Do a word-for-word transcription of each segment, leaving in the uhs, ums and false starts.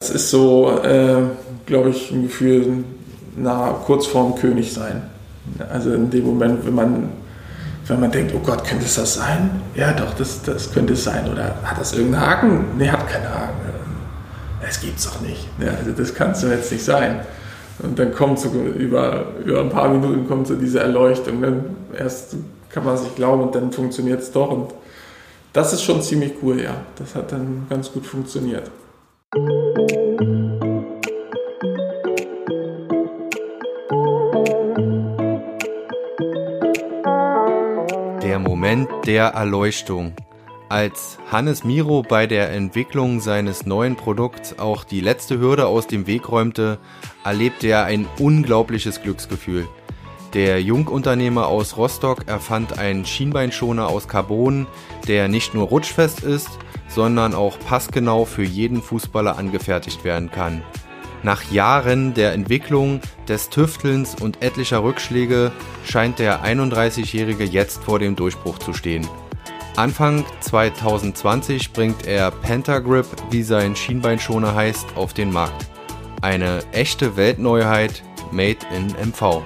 das ist so, äh, glaube ich, ein Gefühl, na, kurz vorm König sein. Also in dem Moment, wenn man, wenn man denkt, oh Gott, könnte es das sein? Ja doch, das, das könnte es sein. Oder hat das irgendeinen Haken? Nee, hat keinen Haken. Das gibt's doch nicht. Ja, also das kann es doch jetzt nicht sein. Und dann kommt so über, über ein paar Minuten kommt so diese Erleuchtung. Dann erst kann man sich glauben und dann funktioniert es doch. Und das ist schon ziemlich cool, ja. Das hat dann ganz gut funktioniert. Der Moment der Erleuchtung. Als Hannes Miro bei der Entwicklung seines neuen Produkts auch die letzte Hürde aus dem Weg räumte, erlebte er ein unglaubliches Glücksgefühl. Der Jungunternehmer aus Rostock erfand einen Schienbeinschoner aus Carbon, der nicht nur rutschfest ist, sondern auch passgenau für jeden Fußballer angefertigt werden kann. Nach Jahren der Entwicklung, des Tüftelns und etlicher Rückschläge scheint der einunddreißigjährige jetzt vor dem Durchbruch zu stehen. Anfang zwanzig zwanzig bringt er Pentagrip, wie sein Schienbeinschoner heißt, auf den Markt. Eine echte Weltneuheit, made in M V.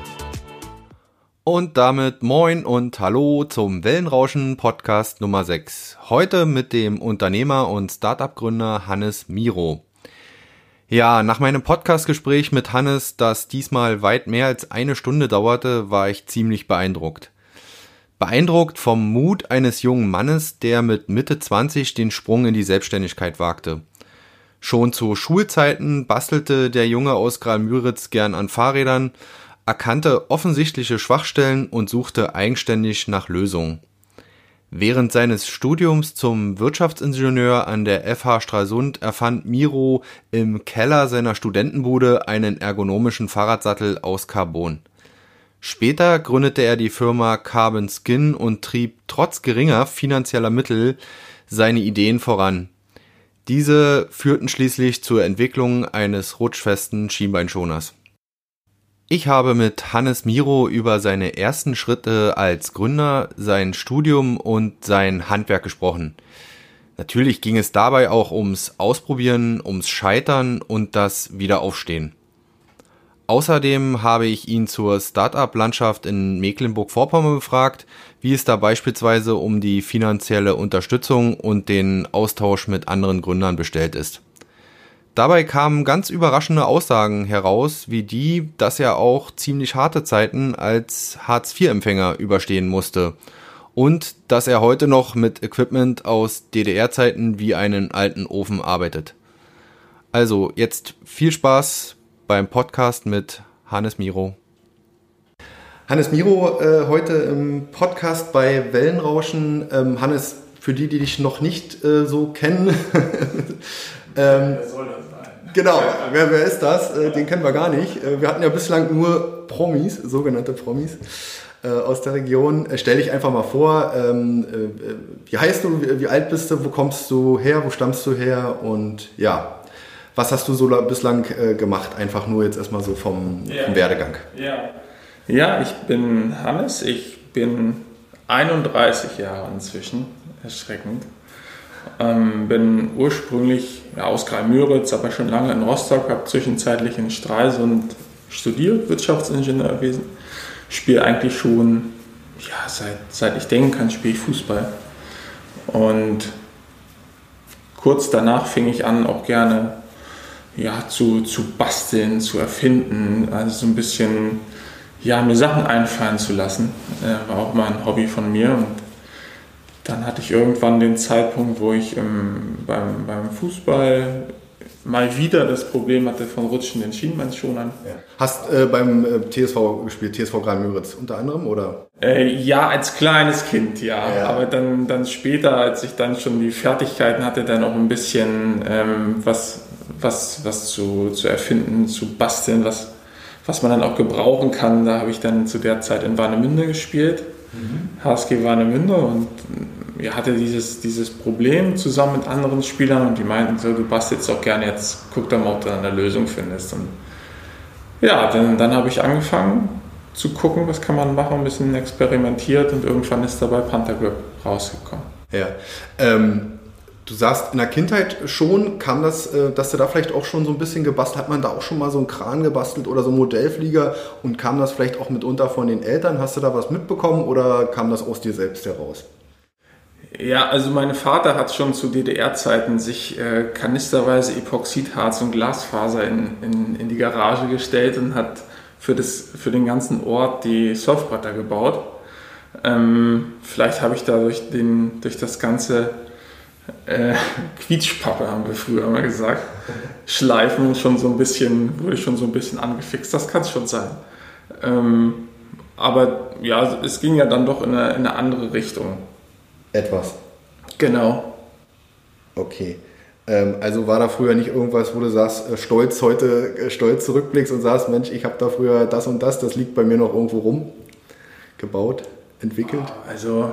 Und damit moin und hallo zum Wellenrauschen Podcast Nummer sechs. Heute mit dem Unternehmer und Startup-Gründer Hannes Miro. Ja, nach meinem Podcast-Gespräch mit Hannes, das diesmal weit mehr als eine Stunde dauerte, war ich ziemlich beeindruckt. Beeindruckt vom Mut eines jungen Mannes, der mit Mitte zwanzig den Sprung in die Selbstständigkeit wagte. Schon zu Schulzeiten bastelte der Junge aus Graal-Müritz gern an Fahrrädern, erkannte offensichtliche Schwachstellen und suchte eigenständig nach Lösungen. Während seines Studiums zum Wirtschaftsingenieur an der F H Stralsund erfand Miro im Keller seiner Studentenbude einen ergonomischen Fahrradsattel aus Carbon. Später gründete er die Firma Carbon Skin und trieb trotz geringer finanzieller Mittel seine Ideen voran. Diese führten schließlich zur Entwicklung eines rutschfesten Schienbeinschoners. Ich habe mit Hannes Miro über seine ersten Schritte als Gründer, sein Studium und sein Handwerk gesprochen. Natürlich ging es dabei auch ums Ausprobieren, ums Scheitern und das Wiederaufstehen. Außerdem habe ich ihn zur Start-up-Landschaft in Mecklenburg-Vorpommern befragt, wie es da beispielsweise um die finanzielle Unterstützung und den Austausch mit anderen Gründern bestellt ist. Dabei kamen ganz überraschende Aussagen heraus, wie die, dass er auch ziemlich harte Zeiten als Hartz vier Empfänger überstehen musste und dass er heute noch mit Equipment aus D D R-Zeiten wie einen alten Ofen arbeitet. Also jetzt viel Spaß beim Podcast mit Hannes Miro. Hannes Miro, äh, heute im Podcast bei Wellenrauschen. Ähm, Hannes, für die, die dich noch nicht äh, so kennen, ähm, wer soll das sein? Genau, wer, wer ist das? Äh, den kennen wir gar nicht. Äh, wir hatten ja bislang nur Promis, sogenannte Promis äh, aus der Region. Äh, stell dich einfach mal vor, ähm, äh, wie heißt du, wie, wie alt bist du, wo kommst du her, wo stammst du her und ja, was hast du so bislang äh, gemacht? Einfach nur jetzt erstmal so vom, ja. vom Werdegang. Ja. ja, ich bin Hannes, ich bin einunddreißig Jahre inzwischen, erschreckend. Ähm, bin ursprünglich ja, aus Graal-Müritz, aber schon lange in Rostock, habe zwischenzeitlich in Stralsund studiert, Wirtschaftsingenieurwesen. Spiele eigentlich schon, ja, seit, seit ich denken kann, spiele ich Fußball. Und kurz danach fing ich an, auch gerne ja, zu, zu basteln, zu erfinden, also so ein bisschen ja, mir Sachen einfallen zu lassen. Äh, war auch mal ein Hobby von mir. Und dann hatte ich irgendwann den Zeitpunkt, wo ich ähm, beim, beim Fußball mal wieder das Problem hatte von rutschenden Schienbeinschonern. Ja. Hast äh, beim äh, T S V gespielt, T S V Graal-Müritz unter anderem, oder? Äh, ja, als kleines Kind, ja. ja. Aber dann, dann später, als ich dann schon die Fertigkeiten hatte, dann auch ein bisschen ähm, was, was, was zu, zu erfinden, zu basteln, was, was man dann auch gebrauchen kann. Da habe ich dann zu der Zeit in Warnemünde gespielt, mhm. H S G Warnemünde, und ja, hatte dieses, dieses Problem zusammen mit anderen Spielern, und die meinten so, du bastelst auch gerne, jetzt guck doch mal, ob du eine Lösung findest. Und ja, dann, dann habe ich angefangen zu gucken, was kann man machen, ein bisschen experimentiert, und irgendwann ist dabei Pentagrip rausgekommen. Ja, ähm, Du sagst, in der Kindheit schon, kam das, dass du da vielleicht auch schon so ein bisschen gebastelt, hat man da auch schon mal so einen Kran gebastelt oder so einen Modellflieger und kam das vielleicht auch mitunter von den Eltern? Hast du da was mitbekommen oder kam das aus dir selbst heraus? Ja, also mein Vater hat schon zu D D R-Zeiten sich äh, kanisterweise Epoxidharz und Glasfaser in, in, in die Garage gestellt und hat für, das, für den ganzen Ort die Surfbretter gebaut. Ähm, vielleicht habe ich da durch, den, durch das ganze Äh, Quietschpappe, haben wir früher mal gesagt. Schleifen schon so ein bisschen, wurde schon so ein bisschen angefixt, das kann es schon sein. Ähm, aber ja, es ging ja dann doch in eine, in eine andere Richtung. Etwas. Genau. Okay. Ähm, also war da früher nicht irgendwas, wo du sagst, äh, stolz heute, äh, stolz zurückblickst und sagst, Mensch, ich habe da früher das und das, das liegt bei mir noch irgendwo rum, gebaut, entwickelt? Also,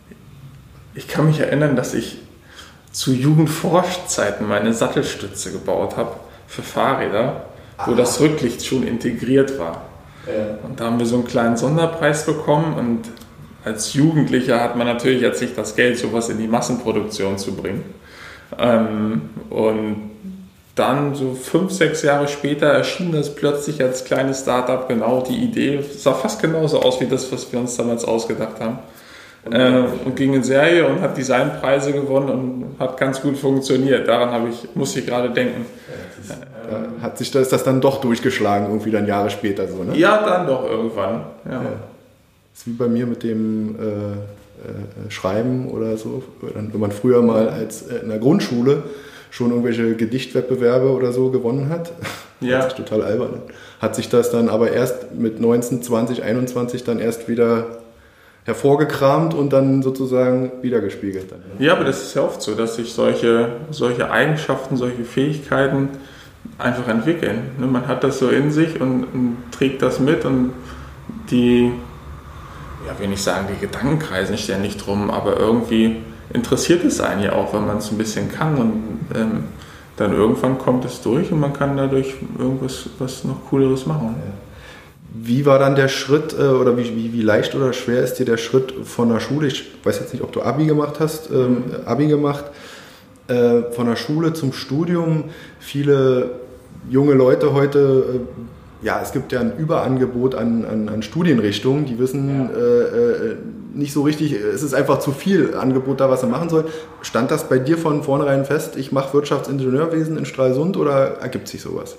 ich kann mich erinnern, dass ich zu Jugendforschzeiten meine Sattelstütze gebaut habe für Fahrräder, wo Aha. das Rücklicht schon integriert war. Ja. Und da haben wir so einen kleinen Sonderpreis bekommen und als Jugendlicher hat man natürlich jetzt nicht das Geld, sowas in die Massenproduktion zu bringen. Ähm, und dann so fünf, sechs Jahre später erschien das plötzlich als kleines Startup, genau die Idee, sah fast genauso aus wie das, was wir uns damals ausgedacht haben. Äh, und ging in Serie und hat Designpreise gewonnen und hat ganz gut funktioniert. Daran habe ich, muss ich gerade denken. Ja, ist, hat sich das, das dann doch durchgeschlagen, irgendwie dann Jahre später so, ne? Ja, dann doch irgendwann. Ja. Ja. Das ist wie bei mir mit dem äh, äh, Schreiben oder so. Wenn man früher mal als äh, in der Grundschule schon irgendwelche Gedichtwettbewerbe oder so gewonnen hat, ja. hat sich total albern. Hat sich das dann aber erst mit neunzehn, zwanzig, einundzwanzig dann erst wieder hervorgekramt und dann sozusagen wiedergespiegelt. Dann, ne? Ja, aber das ist ja oft so, dass sich solche, solche Eigenschaften, solche Fähigkeiten einfach entwickeln. Ne? Man hat das so in sich und, und trägt das mit und die, ja, will nicht sagen, die Gedanken kreisen ständig drum, aber irgendwie interessiert es einen ja auch, wenn man es ein bisschen kann und ähm, dann irgendwann kommt es durch und man kann dadurch irgendwas was noch Cooleres machen. Ja. Wie war dann der Schritt äh, oder wie, wie, wie leicht oder schwer ist dir der Schritt von der Schule, ich weiß jetzt nicht, ob du Abi gemacht hast, ähm, Abi gemacht, äh, von der Schule zum Studium. Viele junge Leute heute, äh, ja, es gibt ja ein Überangebot an, an, an Studienrichtungen, die wissen ja. äh, nicht so richtig, es ist einfach zu viel Angebot da, was sie machen sollen. Stand das bei dir von vornherein fest, ich mache Wirtschaftsingenieurwesen in Stralsund oder ergibt sich sowas?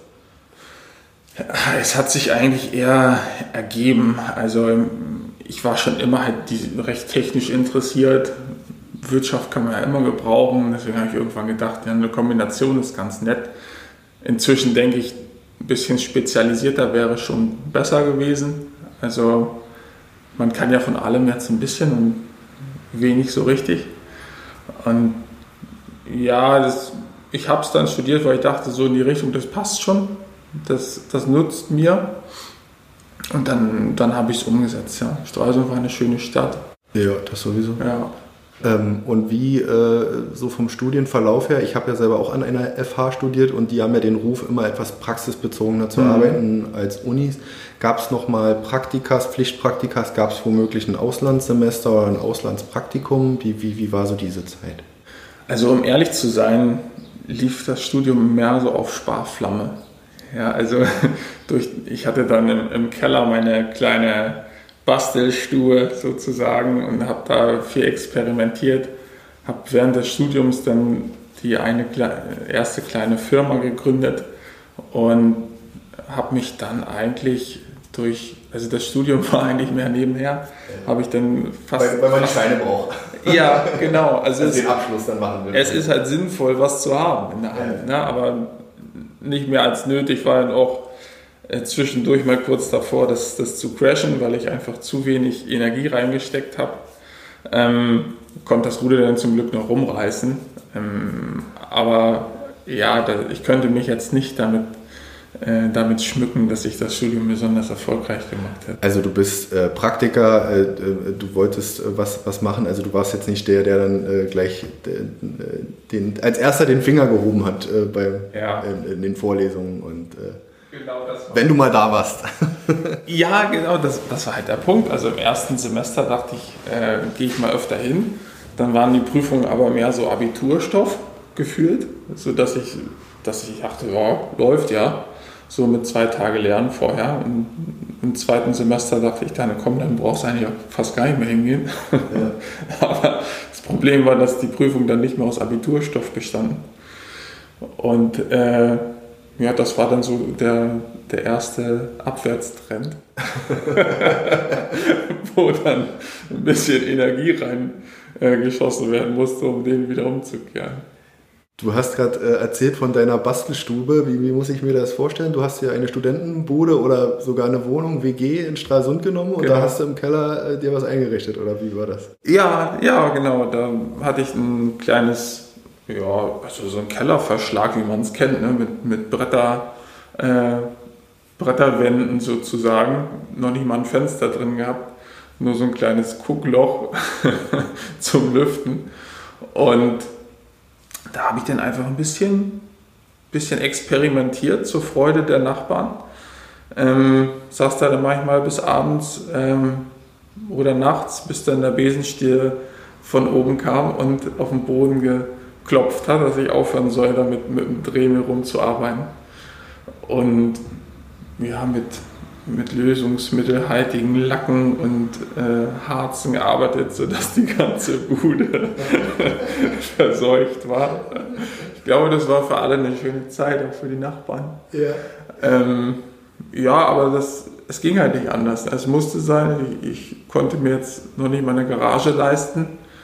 Es hat sich eigentlich eher ergeben. Also ich war schon immer halt recht technisch interessiert. Wirtschaft kann man ja immer gebrauchen. Deswegen habe ich irgendwann gedacht, ja, eine Kombination ist ganz nett. Inzwischen denke ich, ein bisschen spezialisierter wäre schon besser gewesen. Also man kann ja von allem jetzt ein bisschen und wenig so richtig. Und ja, das, ich habe es dann studiert, weil ich dachte, so in die Richtung, das passt schon. Das, das nutzt mir und dann, dann habe ich es umgesetzt. Ja. Stralsund war eine schöne Stadt. Ja, das sowieso. Ja. Ähm, und wie äh, so vom Studienverlauf her, ich habe ja selber auch an einer F H studiert und die haben ja den Ruf, immer etwas praxisbezogener zu mhm. arbeiten als Unis. Gab es nochmal Praktikas, Pflichtpraktikas, gab es womöglich ein Auslandssemester oder ein Auslandspraktikum? Wie, wie, wie war so diese Zeit? Also um ehrlich zu sein, lief das Studium mehr so auf Sparflamme. Ja, also durch, ich hatte dann im, im Keller meine kleine Bastelstube sozusagen und habe da viel experimentiert. Habe während des Studiums dann die eine erste kleine Firma gegründet und habe mich dann eigentlich durch, also das Studium war eigentlich mehr nebenher, habe ich dann fast... Weil, weil man die Scheine braucht. Ja, genau. Also, also es, den Abschluss dann machen will. Es ist halt sinnvoll, was zu haben in der Hand, ja. Ne? Aber nicht mehr als nötig, war dann auch äh, zwischendurch mal kurz davor, das, das zu crashen, weil ich einfach zu wenig Energie reingesteckt habe. Ähm, konnte das Ruder dann zum Glück noch rumreißen. Ähm, aber ja, da, ich könnte mich jetzt nicht damit, äh, damit schmücken, dass ich das Studium besonders erfolgreich gemacht habe. Also du bist äh, Praktiker, äh, du wolltest äh, was, was machen, also du warst jetzt nicht der, der dann äh, gleich äh, den, als erster den Finger gehoben hat äh, bei, ja. äh, in den Vorlesungen und äh, genau das war wenn du mal da warst. Ja, genau, das, das war halt der Punkt. Also im ersten Semester dachte ich, äh, gehe ich mal öfter hin. Dann waren die Prüfungen aber mehr so Abiturstoff gefühlt, sodass ich, dass ich dachte, ja, läuft ja. So mit zwei Tage Lernen vorher. Und im zweiten Semester dachte ich dann, komm, dann brauchst du eigentlich auch fast gar nicht mehr hingehen. Ja. Aber das Problem war, dass die Prüfungen dann nicht mehr aus Abiturstoff bestanden. Und äh, ja, das war dann so der, der erste Abwärtstrend, wo dann ein bisschen Energie reingeschossen äh, werden musste, um den wieder umzukehren. Du hast gerade äh, erzählt von deiner Bastelstube. Wie, wie muss ich mir das vorstellen? Du hast ja eine Studentenbude oder sogar eine Wohnung, W G in Stralsund genommen und genau. Da hast du im Keller äh, dir was eingerichtet, oder wie war das? Ja, ja, genau. Da hatte ich ein kleines, ja, also so ein Kellerverschlag, wie man es kennt, ne? mit, mit Bretter, äh, Bretterwänden sozusagen. Noch nicht mal ein Fenster drin gehabt, nur so ein kleines Guckloch zum Lüften. Und da habe ich dann einfach ein bisschen, bisschen experimentiert zur Freude der Nachbarn. Ähm, saß da dann manchmal bis abends ähm, oder nachts, bis dann der Besenstiel von oben kam und auf den Boden geklopft hat, dass ich aufhören soll, damit mit dem Drehmel rumzuarbeiten. Und wir haben mit, mit lösungsmittelhaltigen Lacken und äh, Harzen gearbeitet, sodass die ganze Bude verseucht war. Ich glaube, das war für alle eine schöne Zeit, auch für die Nachbarn. Ja, ähm, ja aber das, es ging halt nicht anders. Es musste sein. Ich, ich konnte mir jetzt noch nicht mal eine Garage leisten.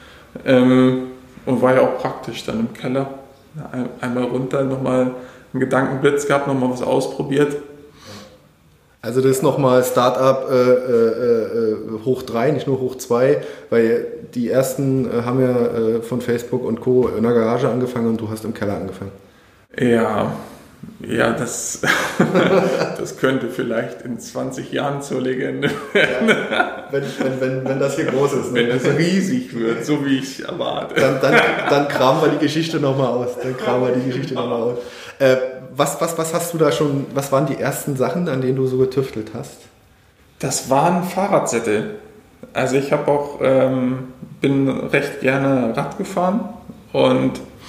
Ähm, und war ja auch praktisch dann im Keller. Ein, einmal runter, nochmal einen Gedankenblitz gehabt, nochmal was ausprobiert. Also das ist nochmal Startup äh, äh, hoch drei, nicht nur hoch zwei, weil die ersten äh, haben ja äh, von Facebook und Co. in der Garage angefangen und du hast im Keller angefangen. Ja, ja, das, das könnte vielleicht in zwanzig Jahren zur Legende werden. Ja, wenn, wenn, wenn, wenn das hier groß ist. Ne? Wenn es riesig wird, so wie ich erwarte. Dann, dann, dann kramen wir die Geschichte nochmal aus. Dann kramen wir die Geschichte nochmal aus. Äh, was, was, was hast du da schon, was waren die ersten Sachen, an denen du so getüftelt hast? Das waren Fahrradsättel. Also ich habe auch, ähm, bin recht gerne Rad gefahren und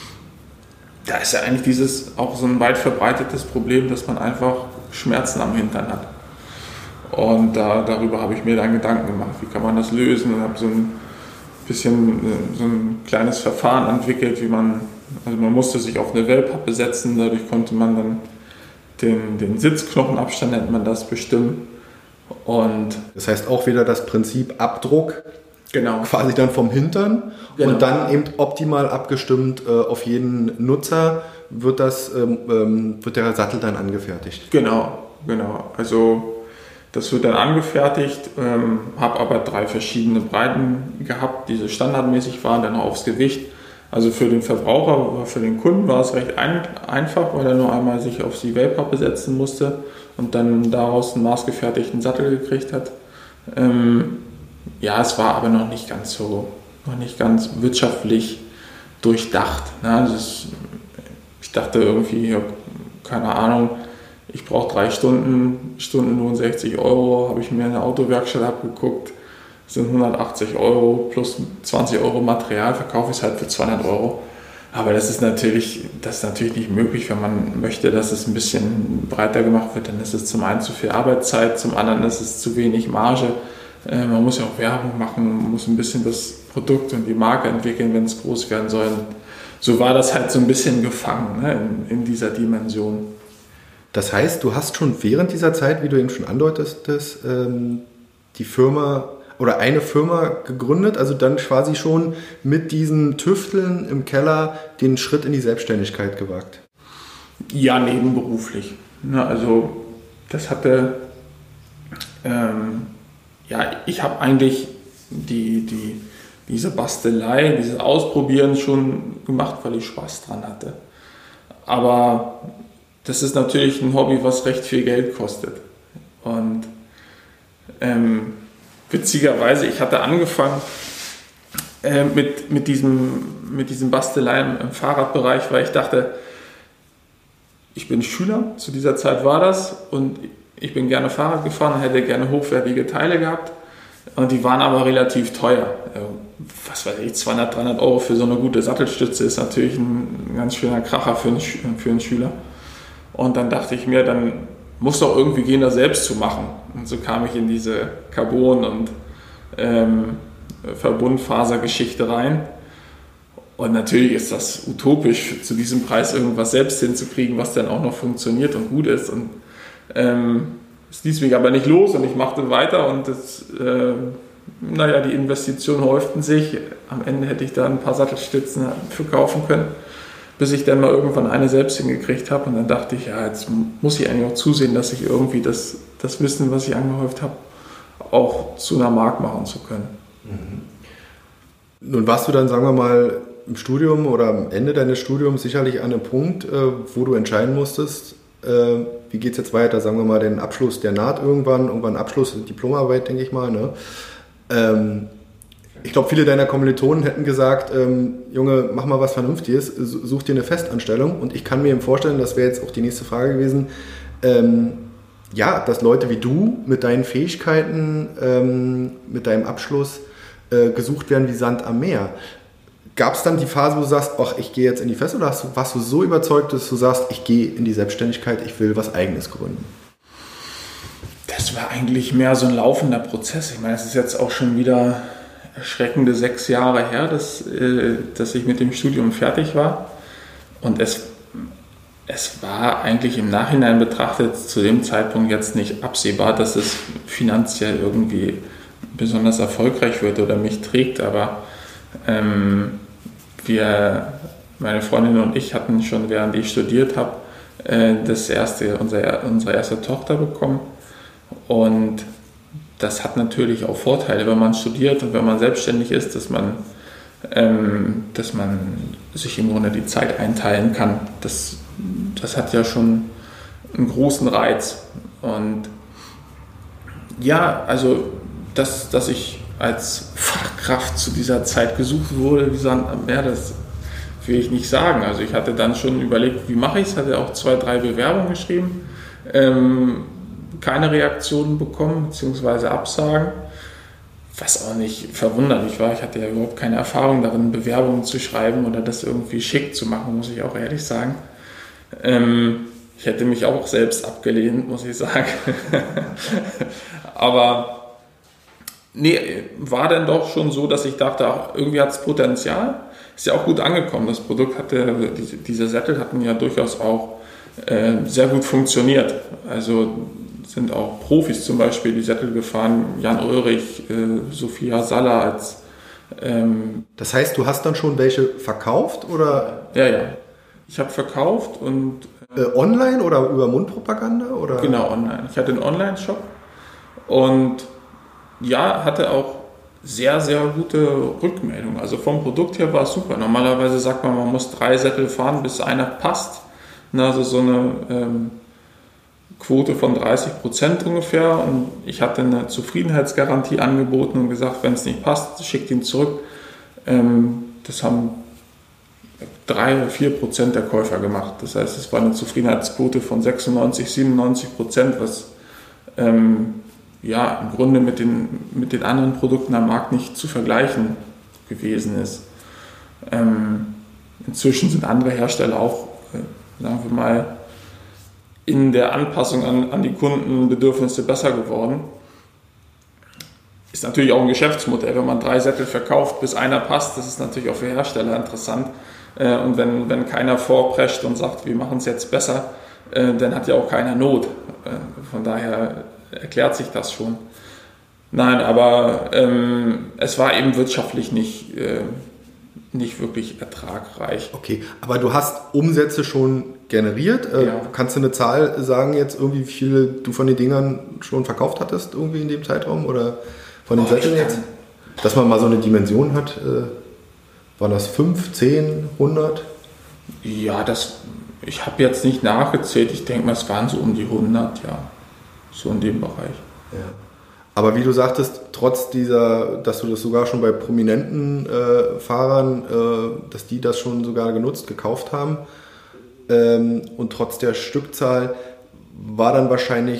da ist ja eigentlich dieses auch so ein weit verbreitetes Problem, dass man einfach Schmerzen am Hintern hat. Und da, darüber habe ich mir dann Gedanken gemacht, wie kann man das lösen, und habe so ein bisschen so ein kleines Verfahren entwickelt, wie man, also man musste sich auf eine Wellpappe setzen, dadurch konnte man dann den, den Sitzknochenabstand, nennt man das, bestimmen. Und das heißt auch wieder das Prinzip Abdruck, genau. Quasi dann vom Hintern, genau. Und dann eben optimal abgestimmt äh, auf jeden Nutzer wird, das, ähm, wird der Sattel dann angefertigt. Genau, genau. Also das wird dann angefertigt, ähm, habe aber drei verschiedene Breiten gehabt, die so standardmäßig waren, dann auch aufs Gewicht. Also für den Verbraucher, für den Kunden war es recht ein, einfach, weil er nur einmal sich auf die Wellpappe setzen musste und dann daraus einen maßgefertigten Sattel gekriegt hat. Ähm, ja, es war aber noch nicht ganz so, noch nicht ganz wirtschaftlich durchdacht. Ne? Also es, ich dachte irgendwie, ja, keine Ahnung, ich brauche drei Stunden, Stundenlohn sechzig Euro, habe ich mir eine Autowerkstatt abgeguckt, sind hundertachtzig Euro plus zwanzig Euro Material, verkaufe ich es halt für zweihundert Euro. Aber das ist natürlich, das ist natürlich nicht möglich, wenn man möchte, dass es ein bisschen breiter gemacht wird, dann ist es zum einen zu viel Arbeitszeit, zum anderen ist es zu wenig Marge. Äh, man muss ja auch Werbung machen, man muss ein bisschen das Produkt und die Marke entwickeln, wenn es groß werden soll. So war das halt so ein bisschen gefangen, ne, in, in dieser Dimension. Das heißt, du hast schon während dieser Zeit, wie du eben schon andeutest, ähm, die Firma oder eine Firma gegründet, also dann quasi schon mit diesen Tüfteln im Keller den Schritt in die Selbstständigkeit gewagt? Ja, nebenberuflich. Ja, also das hatte, ähm, ja, ich habe eigentlich die, die, diese Bastelei, dieses Ausprobieren schon gemacht, weil ich Spaß dran hatte. Aber das ist natürlich ein Hobby, was recht viel Geld kostet. Und ähm, witzigerweise, ich hatte angefangen äh, mit, mit, diesem, mit diesem Bastelei im, im Fahrradbereich, weil ich dachte, ich bin Schüler, zu dieser Zeit war das, und ich bin gerne Fahrrad gefahren und hätte gerne hochwertige Teile gehabt. Und die waren aber relativ teuer. Was weiß ich, zweihundert, dreihundert Euro für so eine gute Sattelstütze ist natürlich ein ganz schöner Kracher für einen, für einen Schüler. Und dann dachte ich mir, dann muss doch irgendwie gehen, das selbst zu machen. Und so kam ich in diese Carbon- und ähm, Verbundfasergeschichte rein. Und natürlich ist das utopisch, zu diesem Preis irgendwas selbst hinzukriegen, was dann auch noch funktioniert und gut ist. Und ähm, es ließ mich aber nicht los und ich machte weiter und das, äh, naja, die Investitionen häuften sich. Am Ende hätte ich da ein paar Sattelstützen verkaufen können, bis ich dann mal irgendwann eine selbst hingekriegt habe. Und dann dachte ich, ja, jetzt muss ich eigentlich auch zusehen, dass ich irgendwie das, das Wissen, was ich angehäuft habe, auch zu einer Mark machen zu können. Mhm. Nun warst du dann, sagen wir mal, im Studium oder am Ende deines Studiums sicherlich an einem Punkt, wo du entscheiden musstest, wie geht es jetzt weiter? Sagen wir mal, den Abschluss, der naht irgendwann, irgendwann Abschluss, Diplomarbeit, denke ich mal. Ne? Ähm, ich glaube, viele deiner Kommilitonen hätten gesagt, ähm, Junge, mach mal was Vernünftiges, such dir eine Festanstellung. Und ich kann mir eben vorstellen, das wäre jetzt auch die nächste Frage gewesen, ähm, ja, dass Leute wie du mit deinen Fähigkeiten, ähm, mit deinem Abschluss äh, gesucht werden wie Sand am Meer. Gab es dann die Phase, wo du sagst, ach, ich gehe jetzt in die Fest, oder hast du, warst du so überzeugt, dass du sagst, ich gehe in die Selbstständigkeit, ich will was Eigenes gründen? Das war eigentlich mehr so ein laufender Prozess. Ich meine, es ist jetzt auch schon wieder erschreckende sechs Jahre her, dass, äh, dass ich mit dem Studium fertig war. Und es, es war eigentlich im Nachhinein betrachtet zu dem Zeitpunkt jetzt nicht absehbar, dass es finanziell irgendwie besonders erfolgreich wird oder mich trägt, aber ähm, wir, meine Freundin und ich hatten schon, während ich studiert habe, äh, das erste, unsere, unsere erste Tochter bekommen. Und das hat natürlich auch Vorteile, wenn man studiert und wenn man selbstständig ist, dass man, ähm, dass man sich im Grunde die Zeit einteilen kann. Das, das hat ja schon einen großen Reiz. Und ja, also dass, dass ich als Fachkraft zu dieser Zeit gesucht wurde, wie gesagt, ja, das will ich nicht sagen. Also ich hatte dann schon überlegt, wie mache ich es, hatte auch zwei, drei Bewerbungen geschrieben, ähm, keine Reaktionen bekommen, beziehungsweise Absagen, was auch nicht verwunderlich war. Ich hatte ja überhaupt keine Erfahrung darin, Bewerbungen zu schreiben oder das irgendwie schick zu machen, muss ich auch ehrlich sagen. Ähm, ich hätte mich auch selbst abgelehnt, muss ich sagen. Aber nee, war dann doch schon so, dass ich dachte, ach, irgendwie hat es Potenzial. Ist ja auch gut angekommen. Das Produkt hatte, diese, diese Sättel hatten ja durchaus auch äh, sehr gut funktioniert. Also sind auch Profis zum Beispiel die Sättel gefahren, Jan Ulrich, äh, Sophia Saller als... Ähm, das heißt, du hast dann schon welche verkauft, oder? Ja, ja. Ich habe verkauft und... Äh, äh, online oder über Mundpropaganda? Oder? Genau, online. Ich hatte einen Online-Shop und ja, hatte auch sehr, sehr gute Rückmeldungen. Also vom Produkt her war es super. Normalerweise sagt man, man muss drei Sättel fahren, bis einer passt. Also so eine ähm, Quote von dreißig Prozent ungefähr. Und ich hatte eine Zufriedenheitsgarantie angeboten und gesagt, wenn es nicht passt, schickt ihn zurück. Ähm, das haben drei oder vier Prozent der Käufer gemacht. Das heißt, es war eine Zufriedenheitsquote von sechsundneunzig, siebenundneunzig Prozent, was ähm, ja, im Grunde mit den, mit den anderen Produkten am Markt nicht zu vergleichen gewesen ist. Ähm, inzwischen sind andere Hersteller auch, äh, sagen wir mal, in der Anpassung an, an die Kundenbedürfnisse besser geworden. Ist natürlich auch ein Geschäftsmodell. Wenn man drei Sättel verkauft, bis einer passt, das ist natürlich auch für Hersteller interessant. Äh, und wenn, wenn keiner vorprescht und sagt, wir machen es jetzt besser, äh, dann hat ja auch keiner Not. Äh, von daher erklärt sich das schon. Nein, aber ähm, es war eben wirtschaftlich nicht, äh, nicht wirklich ertragreich. Okay, aber du hast Umsätze schon generiert. Äh, ja. Kannst du eine Zahl sagen jetzt, irgendwie, wie viele du von den Dingern schon verkauft hattest irgendwie in dem Zeitraum oder von den oh, Sätteln jetzt? Dass man mal so eine Dimension hat. Äh, waren das fünf, zehn, hundert? Ja, das, ich habe jetzt nicht nachgezählt. Ich denke mal, es waren so um die hundert, ja. So in dem Bereich. Ja. Aber wie du sagtest, trotz dieser, dass du das sogar schon bei prominenten äh, Fahrern, äh, dass die das schon sogar genutzt, gekauft haben, ähm, und trotz der Stückzahl war dann wahrscheinlich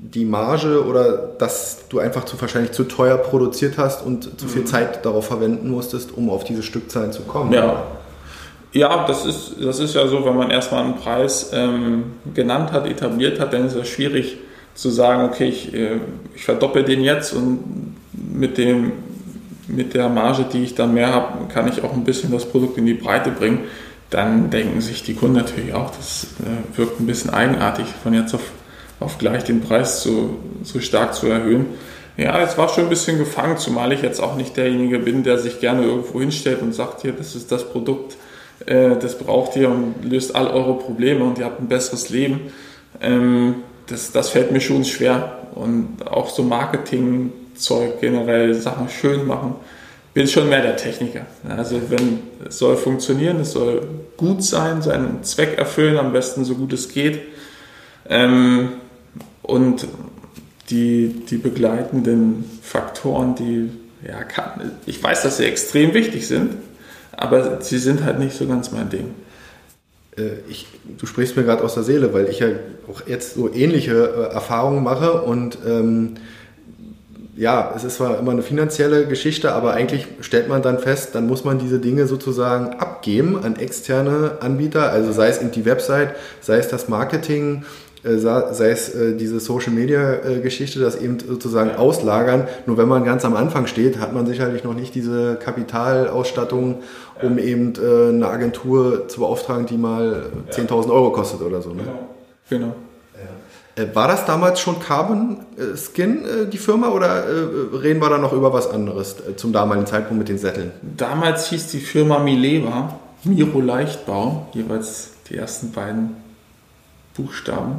die Marge oder dass du einfach zu wahrscheinlich zu teuer produziert hast und zu viel Zeit darauf verwenden musstest, um auf diese Stückzahlen zu kommen. Ja, ja das, ist, das ist ja so, wenn man erstmal einen Preis ähm, genannt hat, etabliert hat, dann ist es schwierig zu sagen, okay, ich, äh, ich verdoppel den jetzt und mit, dem, mit der Marge, die ich dann mehr habe, kann ich auch ein bisschen das Produkt in die Breite bringen. Dann denken sich die Kunden natürlich auch, das äh, wirkt ein bisschen eigenartig, von jetzt auf, auf gleich den Preis so, so stark zu erhöhen. Ja, es war schon ein bisschen gefangen, zumal ich jetzt auch nicht derjenige bin, der sich gerne irgendwo hinstellt und sagt, hier, das ist das Produkt, äh, das braucht ihr und löst all eure Probleme und ihr habt ein besseres Leben. Ähm, das, das fällt mir schon schwer. Und auch so Marketingzeug generell, Sachen schön machen, bin schon mehr der Techniker. Also wenn es soll funktionieren, es soll gut sein, seinen Zweck erfüllen, am besten so gut es geht. Ähm, und die, die begleitenden Faktoren, die, ja, kann, ich weiß, dass sie extrem wichtig sind, aber sie sind halt nicht so ganz mein Ding. Ich, du sprichst mir gerade aus der Seele, weil ich ja auch jetzt so ähnliche äh, Erfahrungen mache und ähm, ja, es ist zwar immer eine finanzielle Geschichte, aber eigentlich stellt man dann fest, dann muss man diese Dinge sozusagen abgeben an externe Anbieter, also sei es in die Website, sei es das Marketing, äh, sei es äh, diese Social-Media-Geschichte, das eben sozusagen auslagern. Nur wenn man ganz am Anfang steht, hat man sicherlich noch nicht diese Kapitalausstattung, um eben äh, eine Agentur zu beauftragen, die mal zehntausend Euro kostet oder so. Ne? Genau. genau. War das damals schon Carbon Skin, die Firma, oder reden wir da noch über was anderes zum damaligen Zeitpunkt mit den Sätteln? Damals hieß die Firma Mileva, Miro Leichtbau, jeweils die ersten beiden Buchstaben.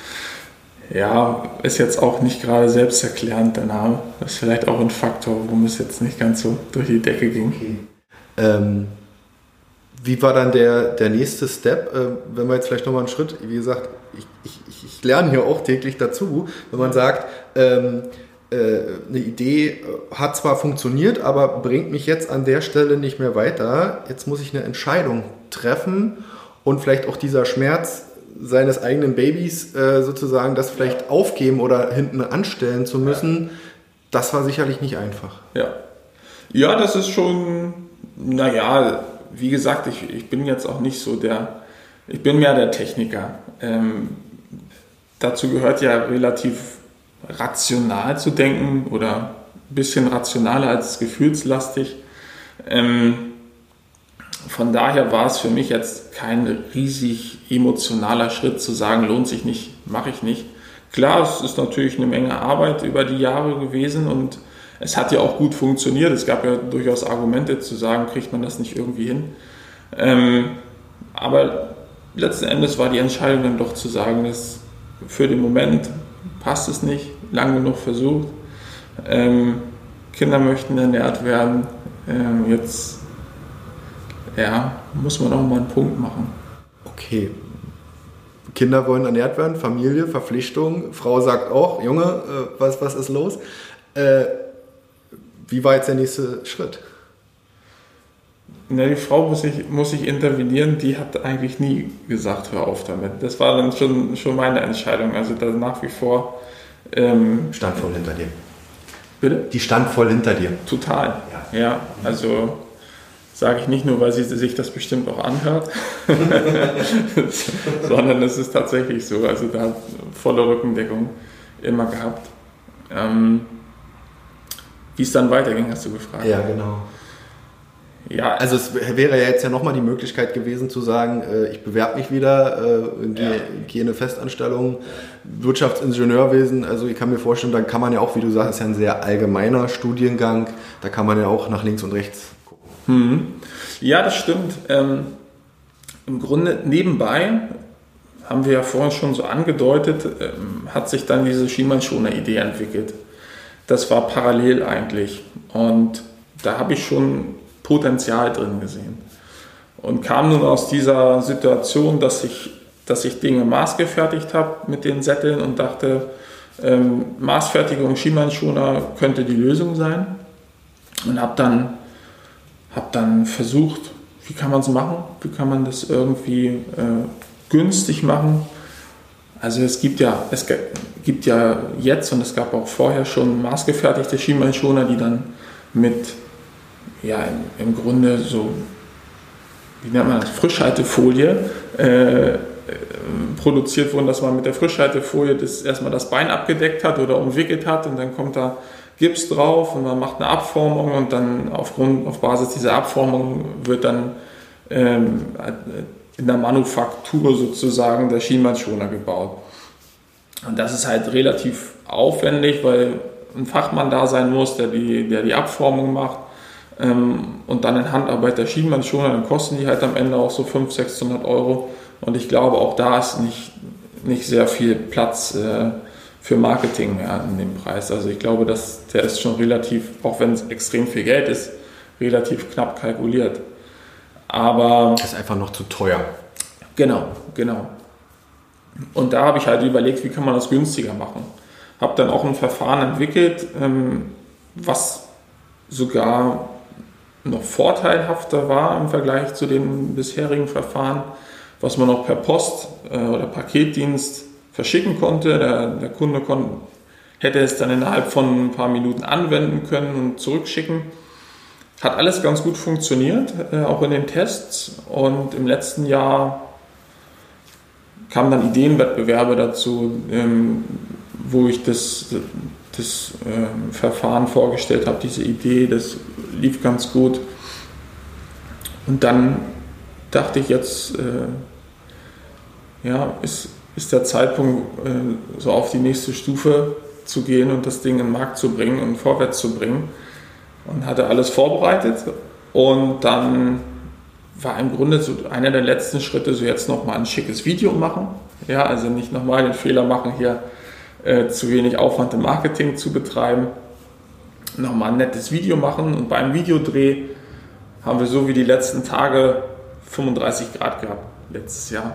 Ja, ist jetzt auch nicht gerade selbsterklärend der Name. Das ist vielleicht auch ein Faktor, warum es jetzt nicht ganz so durch die Decke ging. Okay. Ähm, wie war dann der, der nächste Step, äh, wenn wir jetzt vielleicht nochmal einen Schritt, wie gesagt, ich, ich, ich lerne hier auch täglich dazu, wenn man sagt, ähm, äh, eine Idee hat zwar funktioniert, aber bringt mich jetzt an der Stelle nicht mehr weiter, jetzt muss ich eine Entscheidung treffen und vielleicht auch dieser Schmerz seines eigenen Babys äh, sozusagen das vielleicht aufgeben oder hinten anstellen zu müssen, das war sicherlich nicht einfach. Ja, ja, das ist schon, naja, wie gesagt, ich, ich bin jetzt auch nicht so der, ich bin mehr der Techniker. Ähm, dazu gehört ja relativ rational zu denken oder ein bisschen rationaler als gefühlslastig. Ähm, von daher war es für mich jetzt kein riesig emotionaler Schritt zu sagen, lohnt sich nicht, mache ich nicht. Klar, es ist natürlich eine Menge Arbeit über die Jahre gewesen und es hat ja auch gut funktioniert. Es gab ja durchaus Argumente zu sagen, kriegt man das nicht irgendwie hin. Ähm, aber letzten Endes war die Entscheidung dann doch zu sagen, dass für den Moment passt es nicht, lang genug versucht. Ähm, Kinder möchten ernährt werden. Ähm, jetzt ja, muss man auch mal einen Punkt machen. Okay. Kinder wollen ernährt werden, Familie, Verpflichtung. Frau sagt auch, Junge, äh, was, was ist los? Äh, Wie war jetzt der nächste Schritt? Na, die Frau muss ich, muss ich intervenieren, die hat eigentlich nie gesagt, hör auf damit. Das war dann schon, schon meine Entscheidung. Also da nach wie vor... Ähm, stand voll hinter dir. Bitte? Die stand voll hinter dir. Total, ja. ja also sage ich nicht nur, weil sie sich das bestimmt auch anhört, sondern es ist tatsächlich so. Also da hat volle Rückendeckung immer gehabt. Ähm, Wie es dann weiterging, hast du gefragt. Ja, genau. Ja, also es wäre ja jetzt ja nochmal die Möglichkeit gewesen zu sagen, äh, ich bewerbe mich wieder, äh, gehe, ja. gehe in eine Festanstellung, Wirtschaftsingenieurwesen, also ich kann mir vorstellen, dann kann man ja auch, wie du sagst, ist ja ein sehr allgemeiner Studiengang, da kann man ja auch nach links und rechts gucken. Mhm. Ja, das stimmt. Ähm, im Grunde nebenbei, haben wir ja vorhin schon so angedeutet, ähm, hat sich dann diese Schienbeinschoner-Idee entwickelt. Das war parallel eigentlich und da habe ich schon Potenzial drin gesehen und kam nun aus dieser Situation, dass ich, dass ich Dinge maßgefertigt habe mit den Sätteln und dachte, ähm, Maßfertigung Schienbeinschoner könnte die Lösung sein und habe dann, hab dann versucht, wie kann man es machen, wie kann man das irgendwie äh, günstig machen, Also es gibt ja, es gibt ja jetzt und es gab auch vorher schon maßgefertigte Schienbeinschoner, die dann mit, ja, im, im Grunde so, wie nennt man das, Frischhaltefolie äh, produziert wurden, dass man mit der Frischhaltefolie das erstmal das Bein abgedeckt hat oder umwickelt hat und dann kommt da Gips drauf und man macht eine Abformung und dann aufgrund, auf Basis dieser Abformung wird dann ähm, in der Manufaktur sozusagen der Schienbeinschoner gebaut. Und das ist halt relativ aufwendig, weil ein Fachmann da sein muss, der die, der die Abformung macht ähm, und dann in Handarbeit der Schienbeinschoner, dann kosten die halt am Ende auch so fünfhundert, sechshundert Euro. Und ich glaube, auch da ist nicht, nicht sehr viel Platz äh, für Marketing mehr in dem Preis. Also ich glaube, dass der ist schon relativ, auch wenn es extrem viel Geld ist, relativ knapp kalkuliert. Aber das ist einfach noch zu teuer. Genau, genau. Und da habe ich halt überlegt, wie kann man das günstiger machen. Habe dann auch ein Verfahren entwickelt, ähm, was sogar noch vorteilhafter war im Vergleich zu den bisherigen Verfahren, was man auch per Post äh, oder Paketdienst verschicken konnte. Der, der Kunde kon, hätte es dann innerhalb von ein paar Minuten anwenden können und zurückschicken. Hat alles ganz gut funktioniert, äh, auch in den Tests. Und im letzten Jahr kamen dann Ideenwettbewerbe dazu, ähm, wo ich das, das ähm, Verfahren vorgestellt habe, diese Idee, das lief ganz gut. Und dann dachte ich jetzt, äh, ja, ist, ist der Zeitpunkt, äh, so auf die nächste Stufe zu gehen und das Ding in den Markt zu bringen und vorwärts zu bringen. Und hatte alles vorbereitet und dann war im Grunde so einer der letzten Schritte, so jetzt nochmal ein schickes Video machen. Ja, also nicht nochmal den Fehler machen, hier äh, zu wenig Aufwand im Marketing zu betreiben. Nochmal ein nettes Video machen und beim Videodreh haben wir so wie die letzten Tage fünfunddreißig Grad gehabt, letztes Jahr.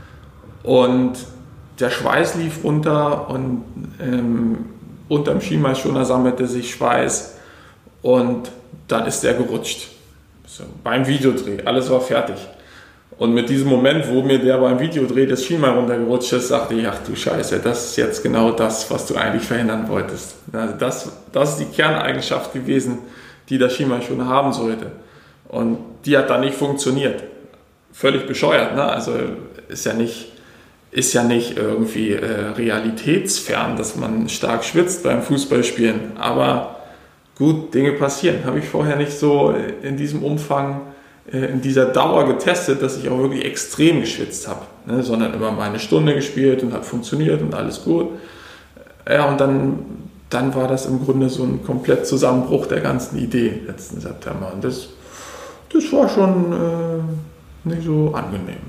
Und der Schweiß lief runter und ähm, unterm Schienbeinschoner sammelte sich Schweiß und dann ist der gerutscht. So, beim Videodreh, alles war fertig. Und mit diesem Moment, wo mir der beim Videodreh das Schienbein runtergerutscht ist, dachte ich, ach du Scheiße, das ist jetzt genau das, was du eigentlich verhindern wolltest. Also das, das ist die Kerneigenschaft gewesen, die der Schienbeinschoner haben sollte. Und die hat dann nicht funktioniert. Völlig bescheuert, ne? Also ist ja nicht, ist ja nicht irgendwie äh, realitätsfern, dass man stark schwitzt beim Fußballspielen. Aber gut, Dinge passieren. Habe ich vorher nicht so in diesem Umfang, in dieser Dauer getestet, dass ich auch wirklich extrem geschwitzt habe, ne, sondern immer mal eine Stunde gespielt und hat funktioniert und alles gut. Ja, und dann, dann war das im Grunde so ein komplett Zusammenbruch der ganzen Idee letzten September. Und das, das war schon äh, nicht so angenehm.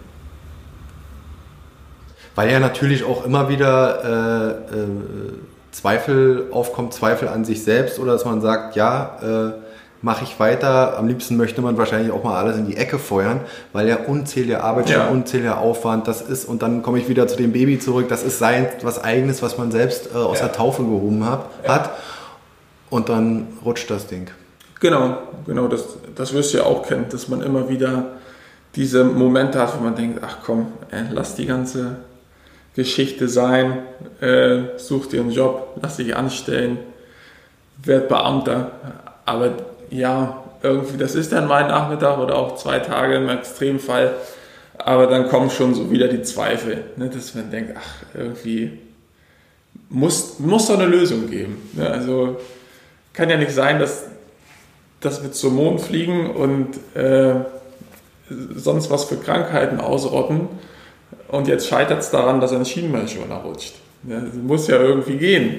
Weil ja natürlich auch immer wieder äh, äh, Zweifel aufkommt, Zweifel an sich selbst oder dass man sagt, ja, äh, mache ich weiter. Am liebsten möchte man wahrscheinlich auch mal alles in die Ecke feuern, weil ja unzählige Arbeit, ja. schon unzähliger Aufwand das ist und dann komme ich wieder zu dem Baby zurück. Das ist sein was Eigenes, was man selbst äh, aus ja. der Taufe gehoben hat, ja. hat und dann rutscht das Ding. Genau, genau, das, das wirst du ja auch kennen, dass man immer wieder diese Momente hat, wo man denkt, ach komm, ey, lass die ganze Geschichte sein, äh, such dir einen Job, lass dich anstellen, werd Beamter. Aber ja, irgendwie, das ist dann mal ein Nachmittag oder auch zwei Tage im Extremfall. Aber dann kommen schon so wieder die Zweifel, ne, dass man denkt, ach, irgendwie muss, muss doch eine Lösung geben. Ne? Also kann ja nicht sein, dass, dass wir zum Mond fliegen und äh, sonst was für Krankheiten ausrotten. Und jetzt scheitert es daran, dass ein Schienbeinschoner rutscht. Ja, das muss ja irgendwie gehen.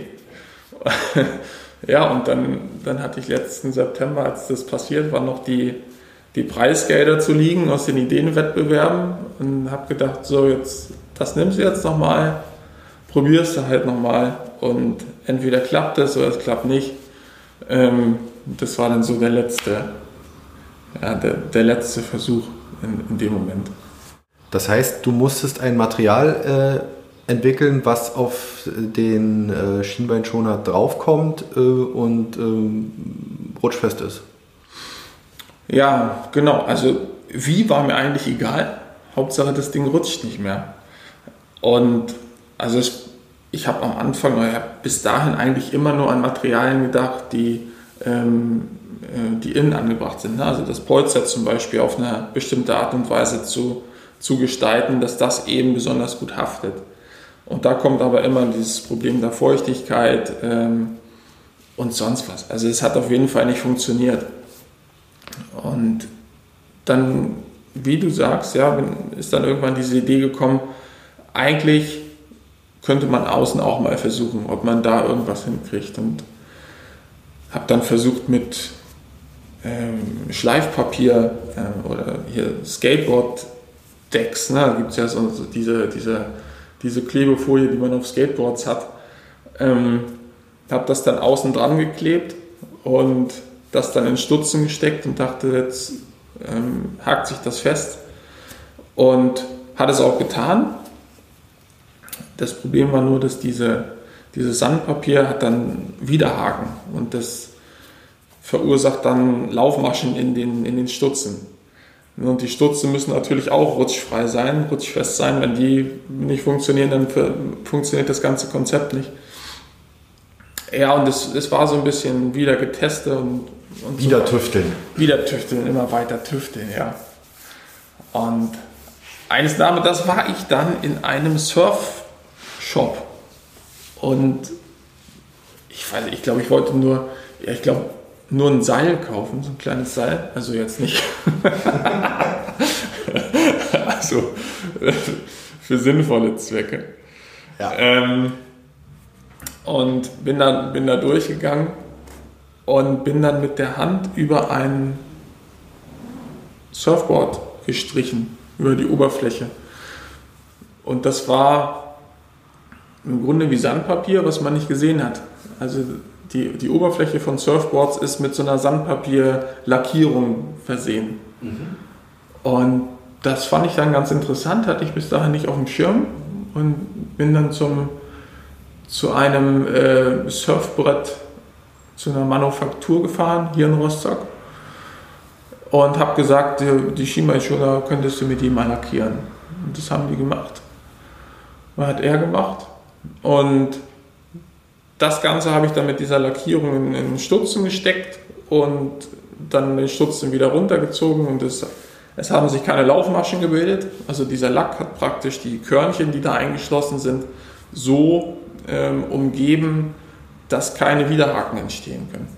Ja, und dann, dann hatte ich letzten September, als das passiert war, noch die, die Preisgelder zu liegen aus den Ideenwettbewerben und habe gedacht, so jetzt, das nimmst du jetzt nochmal, probierst du halt nochmal und entweder klappt es oder es klappt nicht. Ähm, das war dann so der letzte, ja, der, der letzte Versuch in, in dem Moment. Das heißt, du musstest ein Material äh, entwickeln, was auf den äh, Schienbeinschoner draufkommt äh, und äh, rutschfest ist. Ja, genau. Also wie war mir eigentlich egal. Hauptsache das Ding rutscht nicht mehr. Und Also ich, ich habe am Anfang, ich habe bis dahin eigentlich immer nur an Materialien gedacht, die, ähm, die innen angebracht sind. Also das Polster zum Beispiel auf eine bestimmte Art und Weise zu, zu gestalten, dass das eben besonders gut haftet. Und da kommt aber immer dieses Problem der Feuchtigkeit ähm, und sonst was. Also es hat auf jeden Fall nicht funktioniert. Und dann, wie du sagst, ja, ist dann irgendwann diese Idee gekommen, eigentlich könnte man außen auch mal versuchen, ob man da irgendwas hinkriegt. Und habe dann versucht mit ähm, Schleifpapier äh, oder hier Skateboard-Decks, ne? Da gibt es ja so, so diese, diese, diese Klebefolie, die man auf Skateboards hat. Ähm, habe das dann außen dran geklebt und das dann in Stutzen gesteckt und dachte, jetzt ähm, hakt sich das fest. Und hat es auch getan. Das Problem war nur, dass diese, dieses Sandpapier hat dann Widerhaken und das verursacht dann Laufmaschen in den, in den Stutzen. Und die Stutzen müssen natürlich auch rutschfrei sein, rutschfest sein. Wenn die nicht funktionieren, dann funktioniert das ganze Konzept nicht. Ja, und es, es war so ein bisschen wieder getestet und, und wieder so. tüfteln. Wieder tüfteln, immer weiter tüfteln, ja. Und eines Namens, das war ich dann in einem Surf-Shop. Und ich weiß, ich glaube, ich wollte nur, ja, ich glaube, nur ein Seil kaufen, so ein kleines Seil. Also jetzt nicht. Also für sinnvolle Zwecke. Ja. Ähm, und bin dann, bin da durchgegangen und bin dann mit der Hand über ein Surfboard gestrichen, über die Oberfläche. Und das war im Grunde wie Sandpapier, was man nicht gesehen hat. Also die, die Oberfläche von Surfboards ist mit so einer Sandpapier-Lackierung versehen. Mhm. Und das fand ich dann ganz interessant, hatte ich bis dahin nicht auf dem Schirm und bin dann zum, zu einem äh, Surfbrett, zu einer Manufaktur gefahren, hier in Rostock. Und habe gesagt, die, die Skimaschine könntest du mit die mal lackieren. Und das haben die gemacht. Das hat er gemacht. Und das Ganze habe ich dann mit dieser Lackierung in, in Stutzen gesteckt und dann den Stutzen wieder runtergezogen. Und es, es haben sich keine Laufmaschen gebildet. Also dieser Lack hat praktisch die Körnchen, die da eingeschlossen sind, so ähm, umgeben, dass keine Widerhaken entstehen können.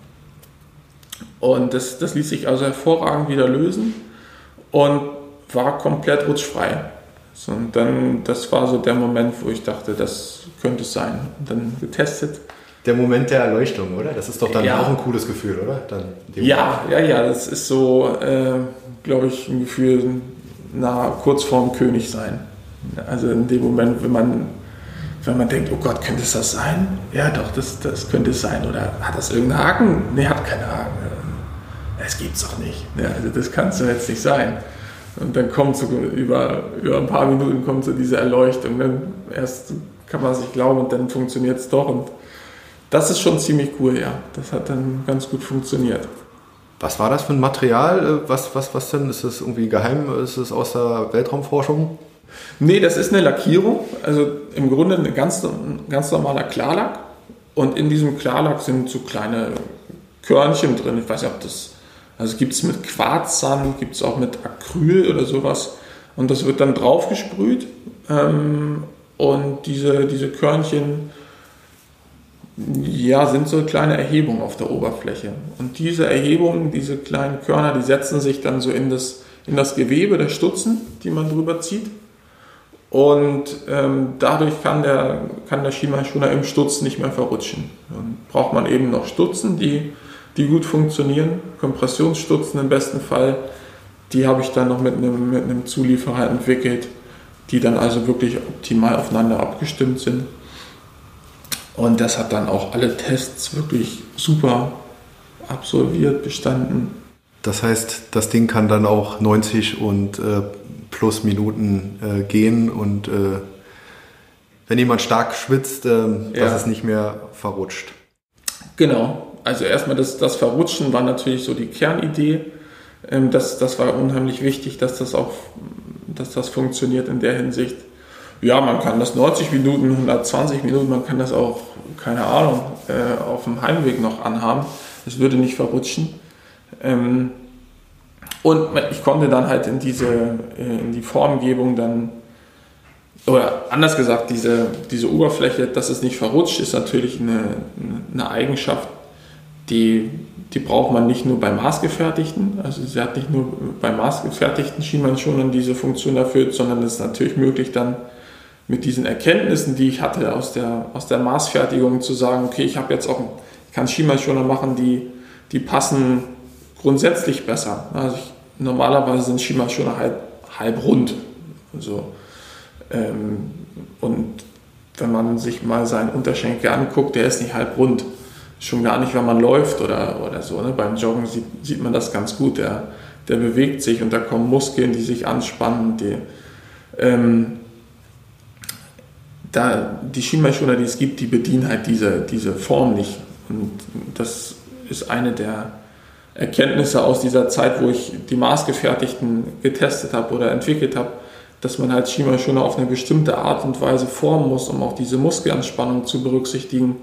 Und das, das ließ sich also hervorragend wieder lösen und war komplett rutschfrei. So, und dann, das war so der Moment, wo ich dachte, das könnte es sein. Und dann getestet. Der Moment der Erleuchtung, oder? Das ist doch dann ja. auch ein cooles Gefühl, oder? Dann ja, ja, ja, das ist so, äh, glaube ich, ein Gefühl, na, kurz vorm König sein. Also in dem Moment, wenn man, wenn man denkt, oh Gott, könnte es das sein? Ja, doch, das, das könnte es sein. Oder hat das irgendeinen Haken? Nee, hat keinen Haken. Das gibt's doch nicht. Ja, also das kann es doch jetzt nicht sein. Und dann kommt so über, über ein paar Minuten kommt so diese Erleuchtung. Dann erst kann man sich glauben und dann funktioniert es doch. Und das ist schon ziemlich cool, ja. Das hat dann ganz gut funktioniert. Was war das für ein Material? Was, was, was denn? Ist es irgendwie geheim? Ist es aus der Weltraumforschung? Nee, das ist eine Lackierung. Also im Grunde ein ganz, ganz normaler Klarlack. Und in diesem Klarlack sind so kleine Körnchen drin. Ich weiß nicht, ob das... Also gibt es mit Quarzsand, gibt es auch mit Acryl oder sowas. Und das wird dann drauf gesprüht. Ähm, und diese, diese Körnchen, ja, sind so kleine Erhebungen auf der Oberfläche. Und diese Erhebungen, diese kleinen Körner, die setzen sich dann so in das, in das Gewebe der Stutzen, die man drüber zieht. Und ähm, dadurch kann der, kann der Skimaschiner im Stutz nicht mehr verrutschen. Dann braucht man eben noch Stutzen, die... die gut funktionieren, Kompressionsstutzen im besten Fall, die habe ich dann noch mit einem, mit einem Zulieferer entwickelt, die dann also wirklich optimal aufeinander abgestimmt sind. Und das hat dann auch alle Tests wirklich super absolviert, bestanden. Das heißt, das Ding kann dann auch neunzig und äh, plus Minuten äh, gehen und äh, wenn jemand stark schwitzt, äh, ja. dass es nicht mehr verrutscht. Genau. Also erstmal das, das Verrutschen war natürlich so die Kernidee. Das, das war unheimlich wichtig, dass das auch dass das funktioniert in der Hinsicht. Ja, man kann das neunzig Minuten, hundertzwanzig Minuten, man kann das auch, keine Ahnung, äh, auf dem Heimweg noch anhaben. Es würde nicht verrutschen. Ähm, und ich konnte dann halt in diese, äh, in die Formgebung dann, oder anders gesagt, diese, diese Oberfläche, dass es nicht verrutscht, ist natürlich eine, eine Eigenschaft, die, die braucht man nicht nur bei maßgefertigten, also sie hat nicht nur bei maßgefertigten Schienbeinschonern diese Funktion erfüllt, sondern es ist natürlich möglich dann mit diesen Erkenntnissen, die ich hatte aus der, aus der Maßfertigung, zu sagen, okay, ich habe jetzt auch, ich kann Schienbeinschoner machen, die, die passen grundsätzlich besser. Also ich, normalerweise sind Schienbeinschoner halt halb rund. Also, ähm, und wenn man sich mal seinen Unterschenkel anguckt, der ist nicht halb rund. Schon gar nicht, wenn man läuft oder, oder so. Ne? Beim Joggen sieht, sieht man das ganz gut. Der, der bewegt sich und da kommen Muskeln, die sich anspannen. Die, ähm, da, die Schienbeinschoner, die es gibt, die bedienen halt diese, diese Form nicht. Und das ist eine der Erkenntnisse aus dieser Zeit, wo ich die maßgefertigten getestet habe oder entwickelt habe, dass man halt Schienbeinschoner auf eine bestimmte Art und Weise formen muss, um auch diese Muskelanspannung zu berücksichtigen.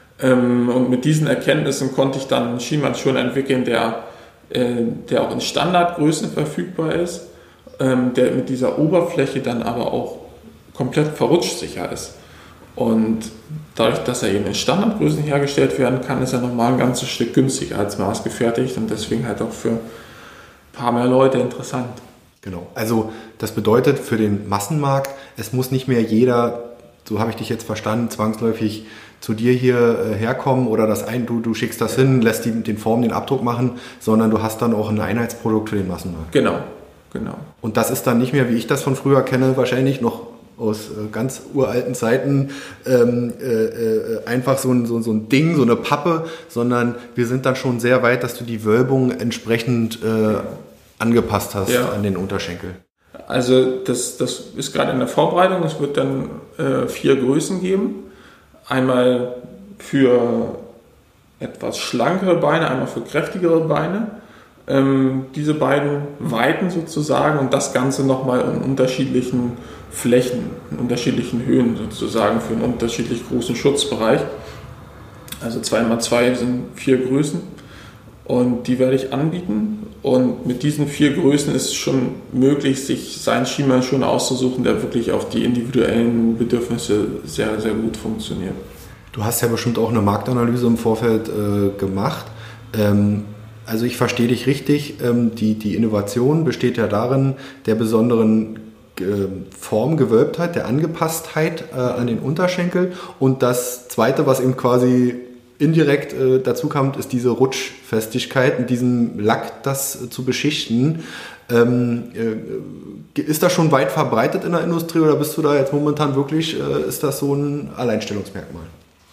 Und mit diesen Erkenntnissen konnte ich dann einen Schienbeinschoner entwickeln, der, der auch in Standardgrößen verfügbar ist, der mit dieser Oberfläche dann aber auch komplett verrutschsicher ist. Und dadurch, dass er eben in Standardgrößen hergestellt werden kann, ist er nochmal ein ganzes Stück günstiger als maßgefertigt und deswegen halt auch für ein paar mehr Leute interessant. Genau, also das bedeutet für den Massenmarkt, es muss nicht mehr jeder, so habe ich dich jetzt verstanden, zwangsläufig zu dir hier äh, herkommen oder das ein, du, du schickst das hin, lässt die, den Form, den Abdruck machen, sondern du hast dann auch ein Einheitsprodukt für den Massenmarkt. Genau, genau. Und das ist dann nicht mehr, wie ich das von früher kenne, wahrscheinlich noch aus äh, ganz uralten Zeiten, ähm, äh, äh, einfach so ein, so, so ein Ding, so eine Pappe, sondern wir sind dann schon sehr weit, dass du die Wölbung entsprechend äh, angepasst hast ja. an den Unterschenkel. Also das, das ist gerade in der Vorbereitung, es wird dann äh, vier Größen geben. Einmal für etwas schlankere Beine, einmal für kräftigere Beine. Ähm, diese beiden Weiten sozusagen und das Ganze nochmal in unterschiedlichen Flächen, in unterschiedlichen Höhen sozusagen für einen unterschiedlich großen Schutzbereich. Also zwei mal zwei sind vier Größen und die werde ich anbieten. Und mit diesen vier Größen ist es schon möglich, sich seinen Schienbeinschoner auszusuchen, der wirklich auf die individuellen Bedürfnisse sehr, sehr gut funktioniert. Du hast ja bestimmt auch eine Marktanalyse im Vorfeld äh, gemacht. Ähm, also ich verstehe dich richtig, ähm, die, die Innovation besteht ja darin, der besonderen äh, Formgewölbtheit, der Angepasstheit äh, an den Unterschenkel. Und das Zweite, was eben quasi indirekt äh, dazu kam, ist diese Rutschfestigkeit, mit diesem Lack das äh, zu beschichten. Ähm, äh, ist das schon weit verbreitet in der Industrie oder bist du da jetzt momentan wirklich, äh, ist das so ein Alleinstellungsmerkmal?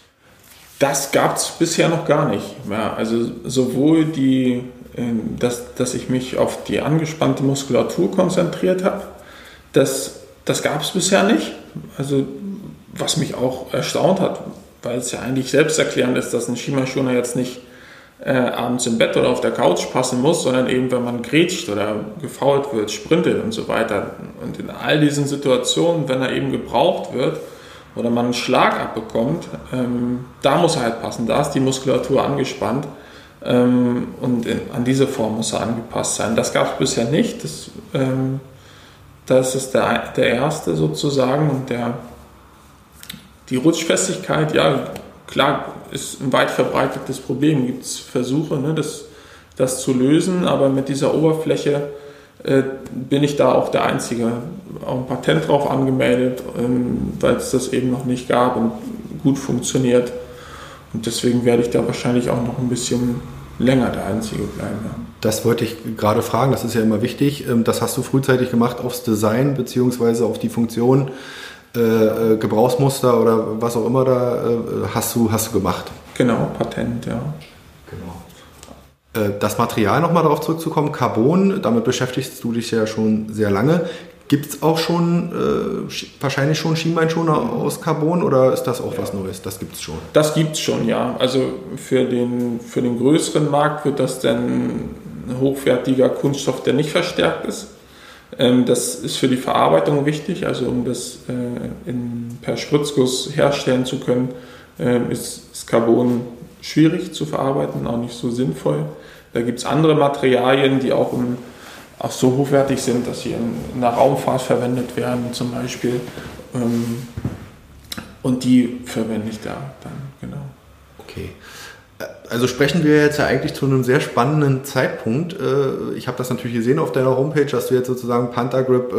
Das gab es bisher noch gar nicht. Ja, also sowohl die, äh, dass, dass ich mich auf die angespannte Muskulatur konzentriert habe, das, das gab es bisher nicht. Also was mich auch erstaunt hat, weil es ja eigentlich selbsterklärend ist, dass ein Schienbeinschoner jetzt nicht äh, abends im Bett oder auf der Couch passen muss, sondern eben, wenn man grätscht oder gefoult wird, sprintet und so weiter. Und in all diesen Situationen, wenn er eben gebraucht wird oder man einen Schlag abbekommt, ähm, da muss er halt passen, da ist die Muskulatur angespannt ähm, und in, an diese Form muss er angepasst sein. Das gab es bisher nicht. Das, ähm, das ist der, der erste sozusagen und der Die Rutschfestigkeit, ja, klar, ist ein weit verbreitetes Problem. Gibt es Versuche, ne, das, das zu lösen, aber mit dieser Oberfläche äh, bin ich da auch der Einzige. Auch ein Patent drauf angemeldet, ähm, weil es das eben noch nicht gab und gut funktioniert. Und deswegen werde ich da wahrscheinlich auch noch ein bisschen länger der Einzige bleiben. Ja. Das wollte ich gerade fragen, das ist ja immer wichtig. Das hast du frühzeitig gemacht aufs Design bzw. auf die Funktion. Äh, Gebrauchsmuster oder was auch immer da äh, hast du, hast du gemacht. Genau, Patent, ja. Genau. Äh, das Material, nochmal darauf zurückzukommen, Carbon, damit beschäftigst du dich ja schon sehr lange. Gibt es auch schon, äh, wahrscheinlich schon Schienbeinschoner aus Carbon oder ist das auch ja. was Neues? Das gibt es schon. Das gibt es schon, ja. Also für den, für den größeren Markt wird das dann ein hochwertiger Kunststoff, der nicht verstärkt ist. Ähm, das ist für die Verarbeitung wichtig, also um das äh, in, per Spritzguss herstellen zu können, äh, ist, ist Carbon schwierig zu verarbeiten, auch nicht so sinnvoll. Da gibt es andere Materialien, die auch, im, auch so hochwertig sind, dass sie in, in der Raumfahrt verwendet werden zum Beispiel. Ähm, und die verwende ich da dann, genau. Okay. Also sprechen wir jetzt ja eigentlich zu einem sehr spannenden Zeitpunkt. Ich habe das natürlich gesehen auf deiner Homepage, dass du jetzt sozusagen Panther Grip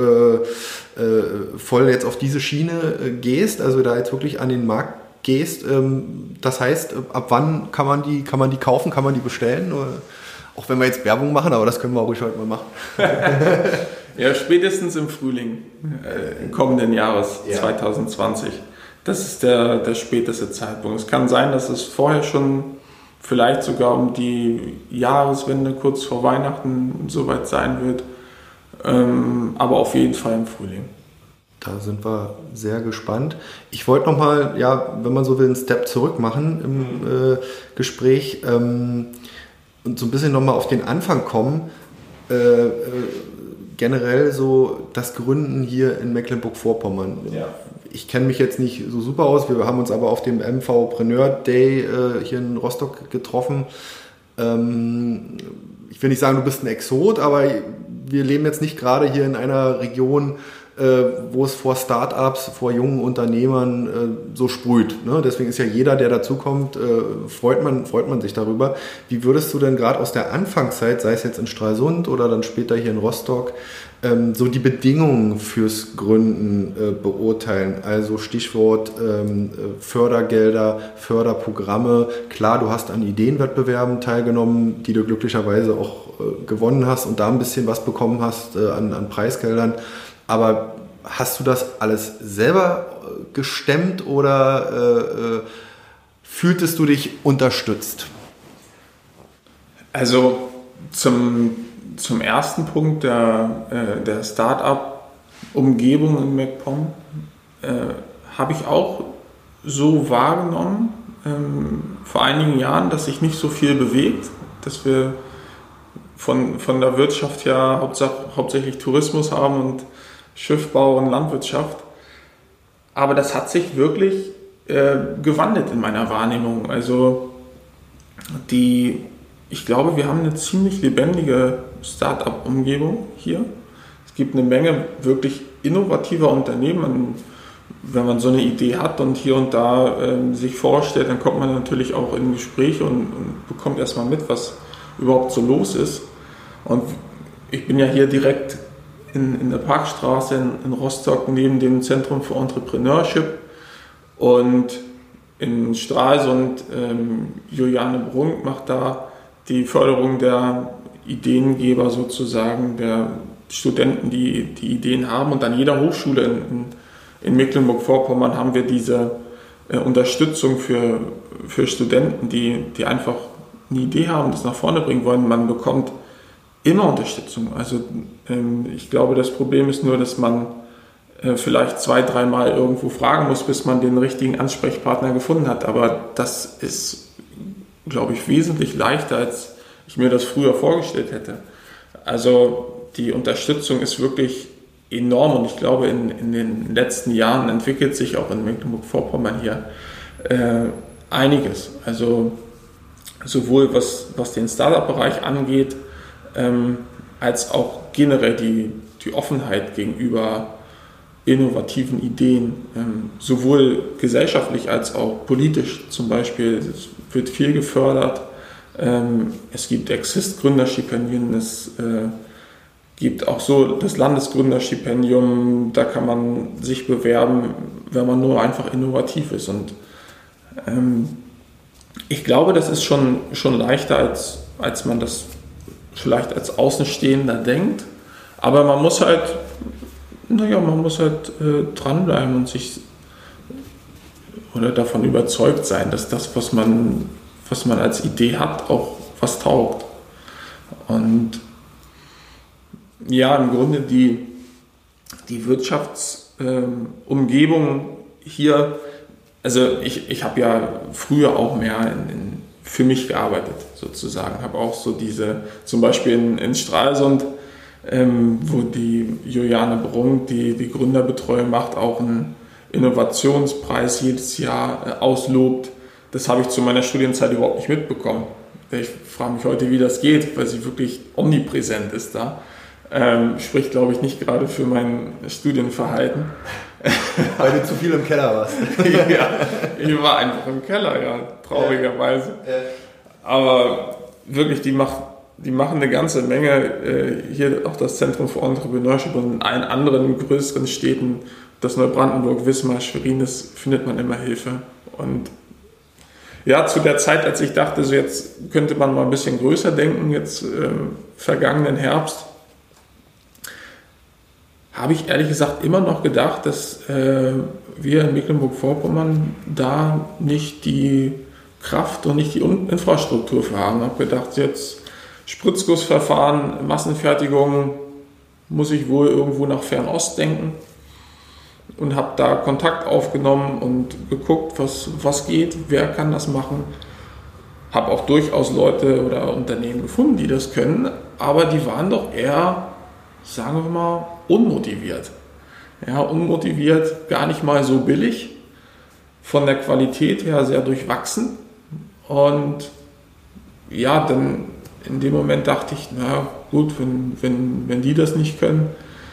voll jetzt auf diese Schiene gehst, also da jetzt wirklich an den Markt gehst. Das heißt, ab wann kann man die, kann man die kaufen, kann man die bestellen? Auch wenn wir jetzt Werbung machen, aber das können wir auch ruhig heute mal machen. Ja, spätestens im Frühling äh, kommenden Jahres, ja. zwanzig zwanzig. Das ist der, der späteste Zeitpunkt. Es kann sein, dass es vorher schon vielleicht sogar um die Jahreswende kurz vor Weihnachten soweit sein wird, ähm, aber auf jeden Fall im Frühling. Da sind wir sehr gespannt. Ich wollte nochmal, ja, wenn man so will, einen Step zurück machen im äh, Gespräch ähm, und so ein bisschen nochmal auf den Anfang kommen. Äh, äh, generell so das Gründen hier in Mecklenburg-Vorpommern. Ja. Ich kenne mich jetzt nicht so super aus, wir haben uns aber auf dem MVpreneur Day äh, hier in Rostock getroffen. Ähm, ich will nicht sagen, du bist ein Exot, aber wir leben jetzt nicht gerade hier in einer Region, äh, wo es vor Startups, vor jungen Unternehmern äh, so sprüht. Ne? Deswegen ist ja jeder, der dazukommt, äh, freut man, freut man sich darüber. Wie würdest du denn gerade aus der Anfangszeit, sei es jetzt in Stralsund oder dann später hier in Rostock, ähm, so die Bedingungen fürs Gründen äh, beurteilen? Also Stichwort ähm, Fördergelder, Förderprogramme. Klar, du hast an Ideenwettbewerben teilgenommen, die du glücklicherweise auch äh, gewonnen hast und da ein bisschen was bekommen hast äh, an, an Preisgeldern. Aber hast du das alles selber gestemmt oder äh, äh, fühltest du dich unterstützt? Also zum, zum ersten Punkt der, äh, der Start-up-Umgebung in MacPom äh, habe ich auch so wahrgenommen ähm, vor einigen Jahren, dass sich nicht so viel bewegt, dass wir von, von der Wirtschaft ja hauptsach- hauptsächlich Tourismus haben und Schiffbau und Landwirtschaft. Aber das hat sich wirklich äh, gewandelt in meiner Wahrnehmung. Also die, ich glaube, wir haben eine ziemlich lebendige Start-up-Umgebung hier. Es gibt eine Menge wirklich innovativer Unternehmen. Wenn man so eine Idee hat und hier und da äh, sich vorstellt, dann kommt man natürlich auch in Gespräche und, und bekommt erstmal mit, was überhaupt so los ist. Und ich bin ja hier direkt In, in der Parkstraße in, in Rostock neben dem Zentrum für Entrepreneurship und in Stralsund ähm, Juliane Brunk macht da die Förderung der Ideengeber sozusagen, der Studenten, die die Ideen haben, und an jeder Hochschule in, in, in Mecklenburg-Vorpommern haben wir diese äh, Unterstützung für, für Studenten, die, die einfach eine Idee haben, das nach vorne bringen wollen. Man bekommt immer Unterstützung. Also ähm, ich glaube, das Problem ist nur, dass man äh, vielleicht zwei, dreimal irgendwo fragen muss, bis man den richtigen Ansprechpartner gefunden hat. Aber das ist, glaube ich, wesentlich leichter, als ich mir das früher vorgestellt hätte. Also die Unterstützung ist wirklich enorm und ich glaube, in, in den letzten Jahren entwickelt sich auch in Mecklenburg-Vorpommern hier äh, einiges. Also sowohl was, was den Startup-Bereich angeht, Ähm, als auch generell die, die Offenheit gegenüber innovativen Ideen, ähm, sowohl gesellschaftlich als auch politisch zum Beispiel. Es wird viel gefördert. Ähm, es gibt Exist-Gründerstipendien, es äh, gibt auch so das Landesgründerstipendium, da kann man sich bewerben, wenn man nur einfach innovativ ist. Und ähm, ich glaube, das ist schon, schon leichter, als, als man das vielleicht als Außenstehender denkt, aber man muss halt, naja, man muss halt äh, dranbleiben und sich oder davon überzeugt sein, dass das, was man, was man als Idee hat, auch was taugt. Und ja, im Grunde die, die Wirtschaftsumgebung ähm, hier, also ich, ich habe ja früher auch mehr in, in für mich gearbeitet, sozusagen. Habe auch so diese, zum Beispiel in, in Stralsund, ähm, wo die Juliane Brunk, die die Gründerbetreuung macht, auch einen Innovationspreis jedes Jahr äh, auslobt. Das habe ich zu meiner Studienzeit überhaupt nicht mitbekommen. Ich frage mich heute, wie das geht, weil sie wirklich omnipräsent ist da. Ähm, spricht, glaube ich, nicht gerade für mein Studienverhalten. Weil du zu viel im Keller warst. Ja, ich war einfach im Keller, ja, traurigerweise. Aber wirklich, die, macht, die machen eine ganze Menge. Äh, hier auch das Zentrum für Entrepreneurship und in allen anderen größeren Städten, das Neubrandenburg, Wismar, Schwerin, das findet man immer Hilfe. Und ja, zu der Zeit, als ich dachte, so jetzt könnte man mal ein bisschen größer denken, jetzt äh, vergangenen Herbst, habe ich ehrlich gesagt immer noch gedacht, dass äh, wir in Mecklenburg-Vorpommern da nicht die Kraft und nicht die Infrastruktur für haben. Ich habe gedacht, jetzt Spritzgussverfahren, Massenfertigung, muss ich wohl irgendwo nach Fernost denken. Und habe da Kontakt aufgenommen und geguckt, was, was geht, wer kann das machen. Habe auch durchaus Leute oder Unternehmen gefunden, die das können, aber die waren doch eher, sagen wir mal, unmotiviert. Ja, unmotiviert, gar nicht mal so billig, von der Qualität her sehr durchwachsen. Und ja, dann in dem Moment dachte ich, na gut, wenn, wenn, wenn die das nicht können,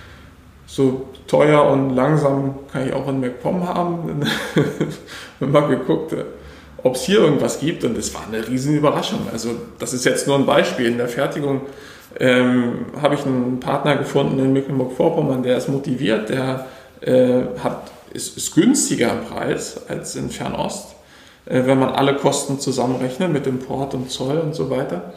so teuer und langsam kann ich auch in MacPom haben. Dann mal geguckt, ob es hier irgendwas gibt, und es war eine riesen Überraschung. Also das ist jetzt nur ein Beispiel. In der Fertigung ähm, habe ich einen Partner gefunden in Mecklenburg-Vorpommern, der ist motiviert, der äh, hat, ist, ist günstiger im Preis als in Fernost, äh, wenn man alle Kosten zusammenrechnet mit Import und Zoll und so weiter.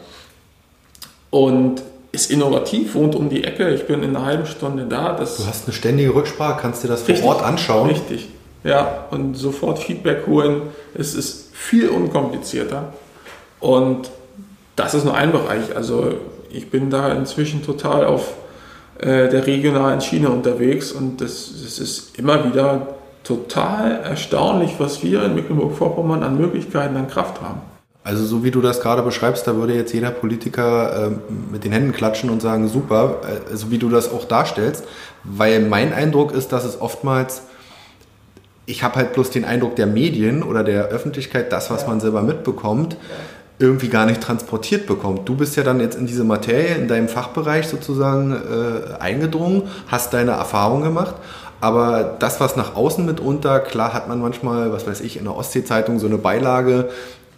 Und ist innovativ, wohnt um die Ecke. Ich bin in einer halben Stunde da. Das du hast eine ständige Rücksprache, kannst dir das richtig, vor Ort anschauen. Richtig, ja. Und sofort Feedback holen. Es ist viel unkomplizierter. Und das ist nur ein Bereich. Also ich bin da inzwischen total auf äh, der regionalen Schiene unterwegs. Und das, das ist immer wieder total erstaunlich, was wir in Mecklenburg-Vorpommern an Möglichkeiten, an Kraft haben. Also so wie du das gerade beschreibst, da würde jetzt jeder Politiker äh, mit den Händen klatschen und sagen, super, äh, so wie du das auch darstellst, weil mein Eindruck ist, dass es oftmals, ich habe halt bloß den Eindruck der Medien oder der Öffentlichkeit, das, was man selber mitbekommt, irgendwie gar nicht transportiert bekommt. Du bist ja dann jetzt in diese Materie, in deinem Fachbereich sozusagen äh, eingedrungen, hast deine Erfahrung gemacht. Aber das, was nach außen mitunter, klar hat man manchmal, was weiß ich, in der Ostsee-Zeitung so eine Beilage,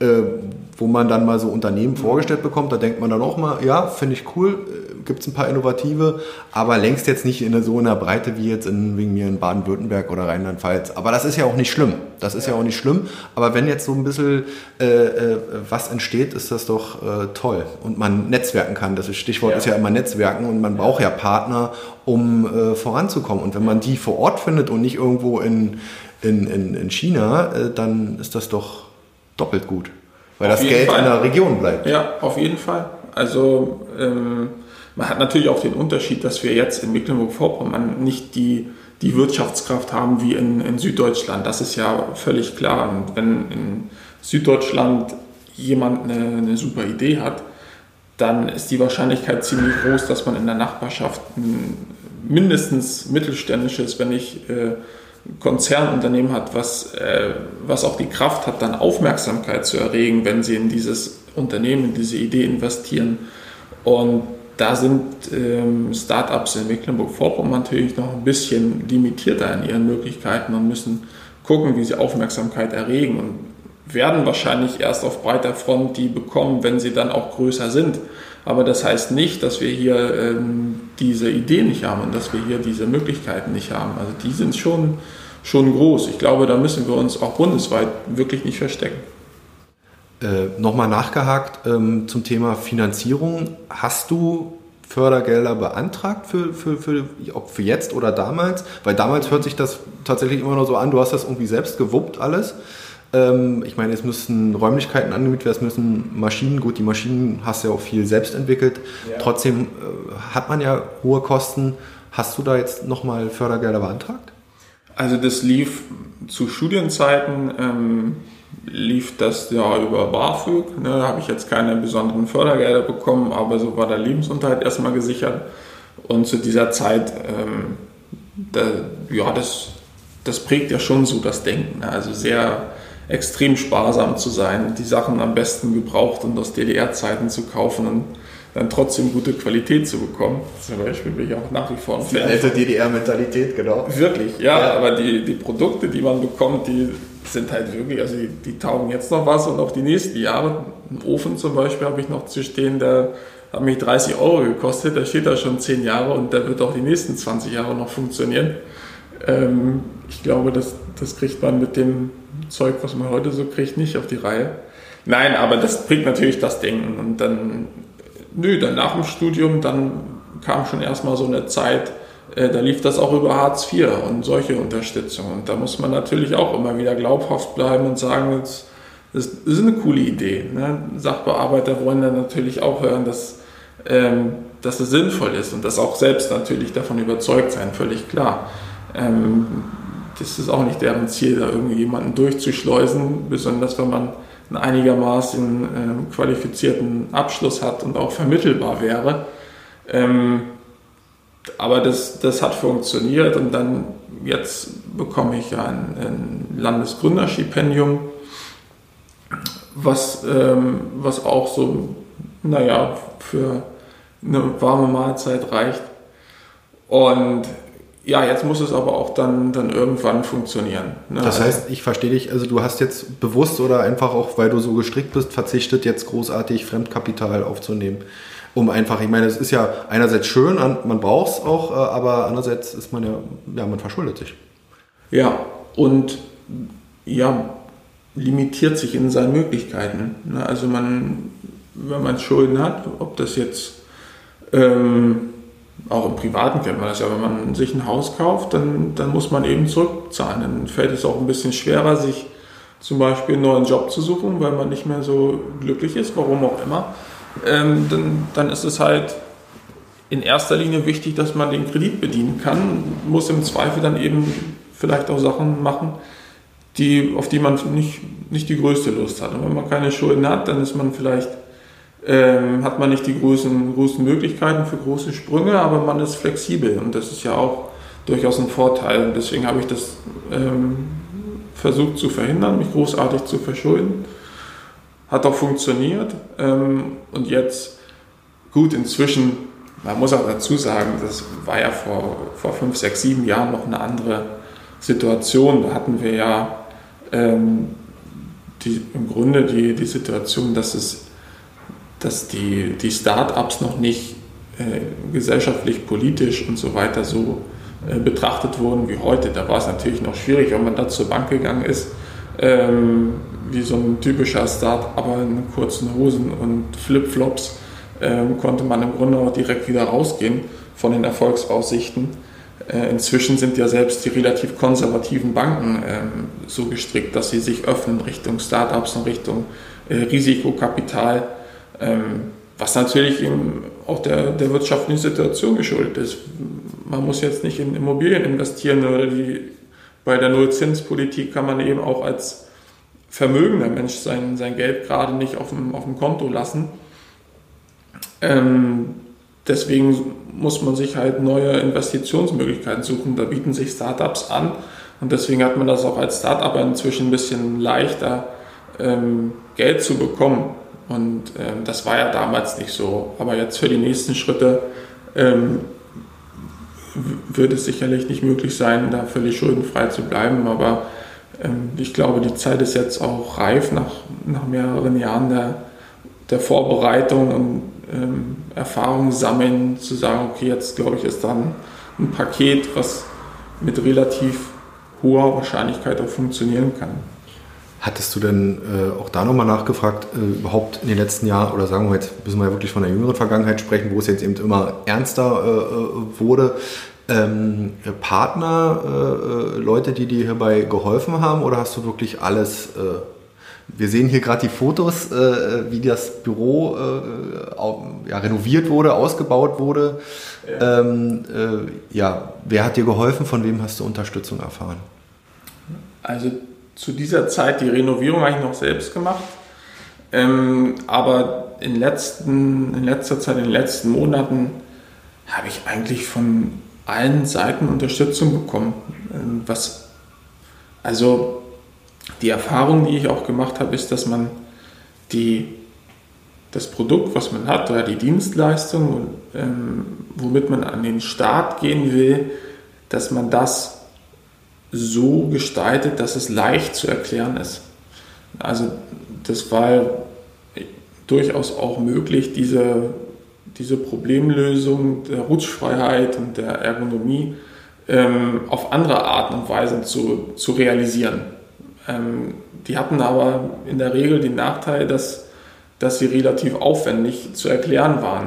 wo man dann mal so Unternehmen vorgestellt bekommt, da denkt man dann auch mal, ja, finde ich cool, gibt es ein paar innovative, aber längst jetzt nicht in so einer Breite wie jetzt in, wegen mir in Baden-Württemberg oder Rheinland-Pfalz. Aber das ist ja auch nicht schlimm. Das ist ja, ja auch nicht schlimm. Aber wenn jetzt so ein bisschen äh, äh, was entsteht, ist das doch äh, toll. Und man netzwerken kann. Das Stichwort ja. ist ja immer Netzwerken, und man braucht ja Partner, um äh, voranzukommen. Und wenn man die vor Ort findet und nicht irgendwo in, in, in, in China, äh, dann ist das doch doppelt gut, weil auf das Geld Fall. in der Region bleibt. Ja, auf jeden Fall. Also ähm, man hat natürlich auch den Unterschied, dass wir jetzt in Mecklenburg-Vorpommern nicht die, die Wirtschaftskraft haben wie in, in Süddeutschland. Das ist ja völlig klar. Und wenn in Süddeutschland jemand eine, eine super Idee hat, dann ist die Wahrscheinlichkeit ziemlich groß, dass man in der Nachbarschaft ein mindestens mittelständisches, wenn nicht äh, Konzernunternehmen hat, was, äh, was auch die Kraft hat, dann Aufmerksamkeit zu erregen, wenn sie in dieses Unternehmen, in diese Idee investieren. Und da sind ähm, Startups in Mecklenburg-Vorpommern natürlich noch ein bisschen limitierter in ihren Möglichkeiten und müssen gucken, wie sie Aufmerksamkeit erregen, und werden wahrscheinlich erst auf breiter Front die bekommen, wenn sie dann auch größer sind. Aber das heißt nicht, dass wir hier ähm, diese Idee nicht haben und dass wir hier diese Möglichkeiten nicht haben. Also die sind schon, schon groß. Ich glaube, da müssen wir uns auch bundesweit wirklich nicht verstecken. Äh, Nochmal nachgehakt ähm, zum Thema Finanzierung. Hast du Fördergelder beantragt für, für, für, ob für jetzt oder damals? Weil damals hört sich das tatsächlich immer noch so an, du hast das irgendwie selbst gewuppt alles. Ich meine, es müssen Räumlichkeiten angemietet werden, es müssen Maschinen, gut, die Maschinen hast du ja auch viel selbst entwickelt. Ja. Trotzdem äh, hat man ja hohe Kosten. Hast du da jetzt nochmal Fördergelder beantragt? Also das lief zu Studienzeiten, ähm, lief das ja über BAföG. Ne, da habe ich jetzt keine besonderen Fördergelder bekommen, aber so war der Lebensunterhalt erstmal gesichert. Und zu dieser Zeit, ähm, da, ja, das, das prägt ja schon so das Denken. Also sehr extrem sparsam zu sein, die Sachen am besten gebraucht und aus D D R-Zeiten zu kaufen und dann trotzdem gute Qualität zu bekommen. Zum Beispiel bin ich auch nach wie vor ein Fan. Die alte D D R-Mentalität, genau. Wirklich, ja, ja. aber die, die Produkte, die man bekommt, die sind halt wirklich, also die, die taugen jetzt noch was und auch die nächsten Jahre. Ein Ofen zum Beispiel habe ich noch zu stehen, der hat mich dreißig Euro gekostet, der steht da schon zehn Jahre und der wird auch die nächsten zwanzig Jahre noch funktionieren. Ähm, ich glaube, das, das kriegt man mit dem Zeug, was man heute so kriegt, nicht auf die Reihe. Nein, aber das prägt natürlich das Denken. Und dann, nö, dann nach dem Studium, dann kam schon erstmal so eine Zeit, äh, da lief das auch über Hartz vier und solche Unterstützung. Und da muss man natürlich auch immer wieder glaubhaft bleiben und sagen, das, das ist eine coole Idee. Ne? Sachbearbeiter wollen dann natürlich auch hören, dass, ähm, dass es sinnvoll ist und das auch selbst natürlich davon überzeugt sein, völlig klar. Ähm, das ist auch nicht deren Ziel, da irgendwie jemanden durchzuschleusen, besonders wenn man einen einigermaßen äh, qualifizierten Abschluss hat und auch vermittelbar wäre. Ähm, aber das, das hat funktioniert und dann jetzt bekomme ich ja ein, ein Landesgründerstipendium, was, ähm, was auch so, naja, für eine warme Mahlzeit reicht. Und ja, jetzt muss es aber auch dann, dann irgendwann funktionieren. Ne? Das heißt, ich verstehe dich, also du hast jetzt bewusst oder einfach auch, weil du so gestrickt bist, verzichtet, jetzt großartig Fremdkapital aufzunehmen. Um einfach, ich meine, es ist ja einerseits schön, man braucht es auch, aber andererseits ist man ja, ja, man verschuldet sich. Ja, und ja, limitiert sich in seinen Möglichkeiten. Ne? Also man, wenn man Schulden hat, ob das jetzt ähm, auch im Privaten kennt man das ja, wenn man sich ein Haus kauft, dann, dann muss man eben zurückzahlen. Dann fällt es auch ein bisschen schwerer, sich zum Beispiel einen neuen Job zu suchen, weil man nicht mehr so glücklich ist, warum auch immer. Ähm, dann, dann ist es halt in erster Linie wichtig, dass man den Kredit bedienen kann, muss im Zweifel dann eben vielleicht auch Sachen machen, die, auf die man nicht, nicht die größte Lust hat. Und wenn man keine Schulden hat, dann ist man vielleicht Ähm, hat man nicht die großen, großen Möglichkeiten für große Sprünge, aber man ist flexibel und das ist ja auch durchaus ein Vorteil. Und deswegen habe ich das ähm, versucht zu verhindern, mich großartig zu verschulden. Hat auch funktioniert ähm, und jetzt, gut, inzwischen, man muss auch dazu sagen, das war ja vor, vor fünf, sechs, sieben Jahren noch eine andere Situation. Da hatten wir ja ähm, die, im Grunde die, die Situation, dass es dass die, die Start-ups noch nicht äh, gesellschaftlich, politisch und so weiter so äh, betrachtet wurden wie heute. Da war es natürlich noch schwierig, wenn man da zur Bank gegangen ist, ähm, wie so ein typischer Start-upper in kurzen Hosen und Flipflops, ähm, konnte man im Grunde auch direkt wieder rausgehen von den Erfolgsaussichten. Äh, inzwischen sind ja selbst die relativ konservativen Banken ähm, so gestrickt, dass sie sich öffnen Richtung Start-ups und Richtung äh, Risikokapital. Was natürlich eben auch der, der wirtschaftlichen Situation geschuldet ist. Man muss jetzt nicht in Immobilien investieren oder die, bei der Nullzinspolitik kann man eben auch als vermögender Mensch sein, sein Geld gerade nicht auf dem, auf dem Konto lassen. Ähm, deswegen muss man sich halt neue Investitionsmöglichkeiten suchen. Da bieten sich Startups an und deswegen hat man das auch als Startup inzwischen ein bisschen leichter, ähm, Geld zu bekommen. Und ähm, das war ja damals nicht so. Aber jetzt für die nächsten Schritte ähm, wird es sicherlich nicht möglich sein, da völlig schuldenfrei zu bleiben. Aber ähm, ich glaube, die Zeit ist jetzt auch reif, nach, nach mehreren Jahren der, der Vorbereitung und ähm, Erfahrung sammeln, zu sagen, okay, jetzt glaube ich, ist dann ein Paket, was mit relativ hoher Wahrscheinlichkeit auch funktionieren kann. Hattest du denn äh, auch da nochmal nachgefragt, äh, überhaupt in den letzten Jahren, oder sagen wir jetzt, müssen wir ja wirklich von der jüngeren Vergangenheit sprechen, wo es jetzt eben immer ernster äh, wurde, ähm, Partner, äh, Leute, die dir hierbei geholfen haben, oder hast du wirklich alles, äh, wir sehen hier gerade die Fotos, äh, wie das Büro äh, auch, ja, renoviert wurde, ausgebaut wurde. Ja. Ähm, äh, ja, wer hat dir geholfen, von wem hast du Unterstützung erfahren? Also zu dieser Zeit die Renovierung habe ich noch selbst gemacht, ähm, aber in, letzten, in letzter Zeit, in den letzten Monaten habe ich eigentlich von allen Seiten Unterstützung bekommen. Was, also die Erfahrung, die ich auch gemacht habe, ist, dass man die, das Produkt, was man hat, oder die Dienstleistung, ähm, womit man an den Start gehen will, dass man das so gestaltet, dass es leicht zu erklären ist. Also das war durchaus auch möglich, diese, diese Problemlösung der Rutschfreiheit und der Ergonomie ähm, auf andere Art und Weise zu, zu realisieren. Ähm, die hatten aber in der Regel den Nachteil, dass, dass sie relativ aufwendig zu erklären waren.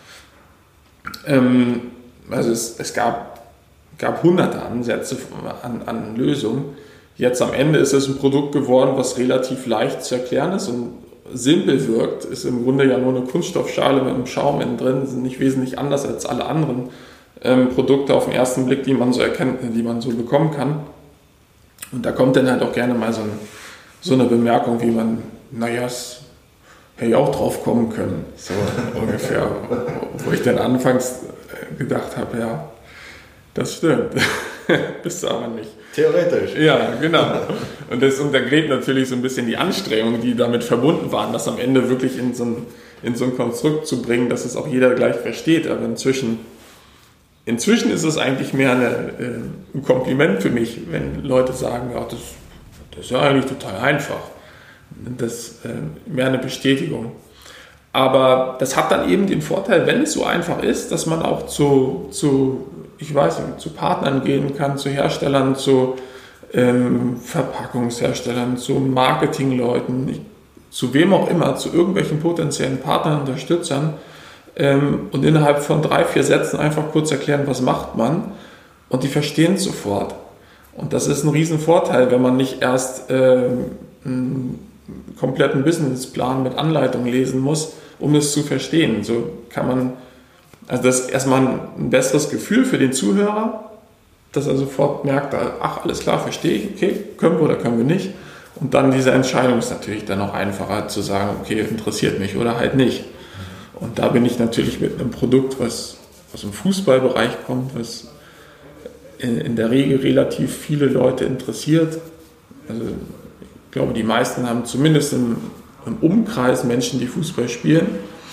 Ähm, also es, es gab, gab hunderte Ansätze an, an Lösungen. Jetzt am Ende ist es ein Produkt geworden, was relativ leicht zu erklären ist und simpel wirkt. Ist im Grunde ja nur eine Kunststoffschale mit einem Schaum innen drin, sind nicht wesentlich anders als alle anderen ähm, Produkte auf den ersten Blick, die man so erkennt, die man so bekommen kann. Und da kommt dann halt auch gerne mal so, ein, so eine Bemerkung, wie man, naja, es hätte ich auch drauf kommen können, so ungefähr. Wo ich dann anfangs gedacht habe, ja, das stimmt, bist du aber nicht. Theoretisch. Ja, genau. Und das untergräbt natürlich so ein bisschen die Anstrengungen, die damit verbunden waren, das am Ende wirklich in so ein, in so ein Konstrukt zu bringen, dass es auch jeder gleich versteht. Aber inzwischen, inzwischen ist es eigentlich mehr eine, äh, ein Kompliment für mich, wenn Leute sagen, ja, das, das ist ja eigentlich total einfach. Das ist äh, mehr eine Bestätigung. Aber das hat dann eben den Vorteil, wenn es so einfach ist, dass man auch zu, zu ich weiß nicht, zu Partnern gehen kann, zu Herstellern, zu ähm, Verpackungsherstellern, zu Marketingleuten, ich, zu wem auch immer, zu irgendwelchen potenziellen Partnern, Unterstützern ähm, und innerhalb von drei, vier Sätzen einfach kurz erklären, was macht man, und die verstehen es sofort. Und das ist ein Riesenvorteil, wenn man nicht erst ähm, einen kompletten Businessplan mit Anleitung lesen muss, um es zu verstehen. So kann man Also das ist erstmal ein besseres Gefühl für den Zuhörer, dass er sofort merkt, ach, alles klar, verstehe ich, okay, können wir oder können wir nicht. Und dann diese Entscheidung ist natürlich dann auch einfacher zu sagen, okay, interessiert mich oder halt nicht. Und da bin ich natürlich mit einem Produkt, was aus dem Fußballbereich kommt, was in, in der Regel relativ viele Leute interessiert. Also ich glaube, die meisten haben zumindest im, im Umkreis Menschen, die Fußball spielen.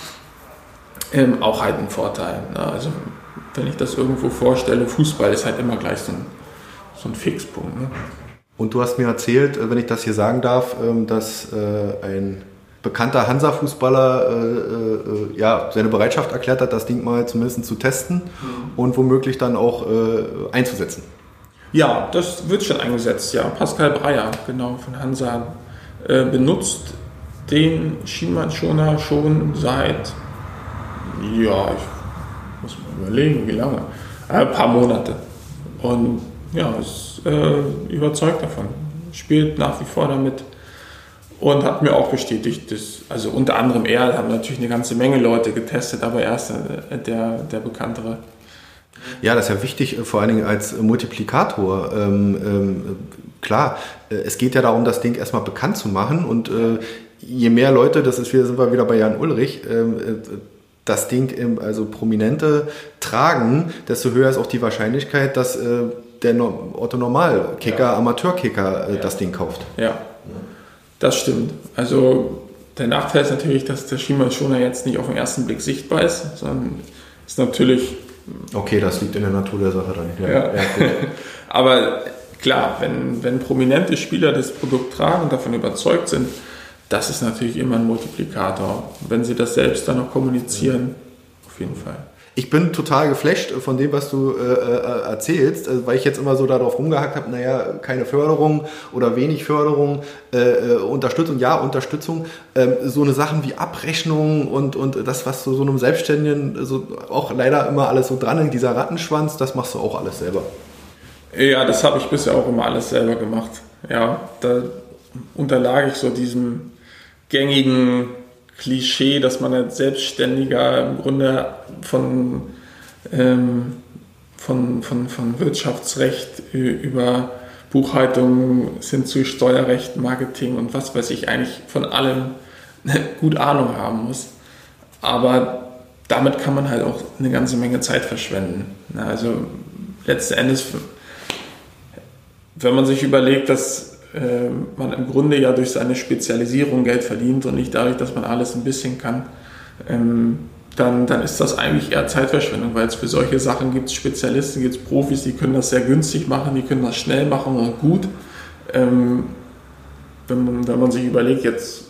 Ähm, auch halt ein Vorteil. Ne? Also wenn ich das irgendwo vorstelle, Fußball ist halt immer gleich so ein, so ein Fixpunkt. Ne? Und du hast mir erzählt, wenn ich das hier sagen darf, dass ein bekannter Hansa-Fußballer äh, äh, ja, seine Bereitschaft erklärt hat, das Ding mal zumindest zu testen mhm. und womöglich dann auch äh, einzusetzen. Ja, das wird schon eingesetzt. Ja, Pascal Breyer, genau, von Hansa, äh, benutzt den Schienbeinschoner schon seit, ja, ich muss mal überlegen, wie lange, ein paar Monate. Und ja, ist äh, überzeugt davon, spielt nach wie vor damit und hat mir auch bestätigt, dass, also unter anderem er, haben natürlich eine ganze Menge Leute getestet, aber er ist der, der bekanntere. Ja, das ist ja wichtig, vor allen Dingen als Multiplikator. Ähm, ähm, klar, es geht ja darum, das Ding erstmal bekannt zu machen und äh, je mehr Leute, das ist wieder, sind wir wieder bei Jan Ulrich, äh, das Ding, also Prominente tragen, desto höher ist auch die Wahrscheinlichkeit, dass äh, der Otto-Normal-Kicker, ja. Amateur-Kicker äh, ja. das Ding kauft. Ja, das stimmt. Also der Nachteil ist natürlich, dass der Schienbeinschoner jetzt nicht auf den ersten Blick sichtbar ist, sondern ist natürlich... Okay, das liegt in der Natur der Sache dann. Ja. Ja. Ja, aber klar, wenn, wenn prominente Spieler das Produkt tragen und davon überzeugt sind, das ist natürlich immer ein Multiplikator. Wenn sie das selbst dann noch kommunizieren, ja. auf jeden Fall. Ich bin total geflasht von dem, was du äh, erzählst, weil ich jetzt immer so darauf rumgehackt habe, naja, keine Förderung oder wenig Förderung, äh, Unterstützung, ja, Unterstützung, äh, so eine Sachen wie Abrechnung und, und das, was so, so einem Selbstständigen so auch leider immer alles so dran hängt, dieser Rattenschwanz, das machst du auch alles selber. Ja, das habe ich bisher auch immer alles selber gemacht. Ja, da unterlag ich so diesem gängigen Klischee, dass man als Selbstständiger im Grunde von, ähm, von, von, von Wirtschaftsrecht über Buchhaltung hin zu Steuerrecht, Marketing und was weiß ich eigentlich von allem gut Ahnung haben muss. Aber damit kann man halt auch eine ganze Menge Zeit verschwenden. Also letzten Endes, wenn man sich überlegt, dass äh, man im Grunde ja durch seine Spezialisierung Geld verdient und nicht dadurch, dass man alles ein bisschen kann, ähm, dann, dann ist das eigentlich eher Zeitverschwendung, weil es für solche Sachen gibt es Spezialisten, gibt es Profis, die können das sehr günstig machen, die können das schnell machen und gut. Ähm, wenn man, wenn man sich überlegt, jetzt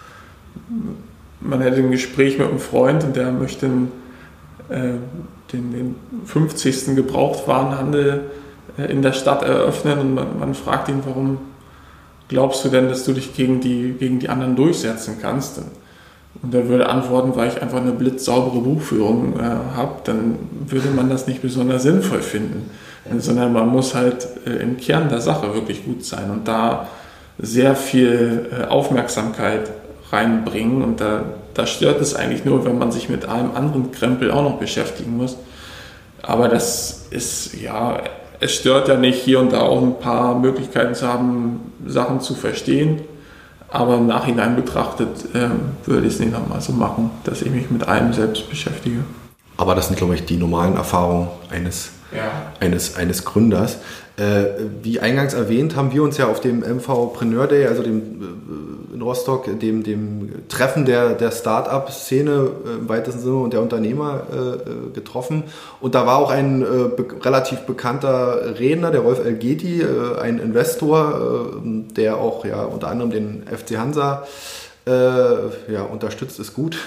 man hätte ein Gespräch mit einem Freund und der möchte einen, äh, den, den fünfzigsten Gebrauchtwarenhandel äh, in der Stadt eröffnen und man, man fragt ihn, warum glaubst du denn, dass du dich gegen die, gegen die anderen durchsetzen kannst? Und er würde antworten, weil ich einfach eine blitzsaubere Buchführung äh, habe, dann würde man das nicht besonders sinnvoll finden, äh, sondern man muss halt äh, im Kern der Sache wirklich gut sein und da sehr viel äh, Aufmerksamkeit reinbringen und da, da stört es eigentlich nur, wenn man sich mit allem anderen Krempel auch noch beschäftigen muss. Aber das ist, ja, es stört ja nicht, hier und da auch ein paar Möglichkeiten zu haben, Sachen zu verstehen. Aber im Nachhinein betrachtet äh, würde ich es nicht nochmal so machen, dass ich mich mit allem selbst beschäftige. Aber das sind, glaube ich, die normalen Erfahrungen eines, ja. eines, eines Gründers. Äh, wie eingangs erwähnt, haben wir uns ja auf dem MVpreneur Day, also dem äh, in Rostock, dem, dem Treffen der, der Start-up-Szene äh, im weitesten Sinne und der Unternehmer äh, getroffen. Und da war auch ein äh, be- relativ bekannter Redner, der Rolf Elgeti, äh, ein Investor, äh, der auch ja unter anderem den F C Hansa äh, ja, unterstützt, ist gut.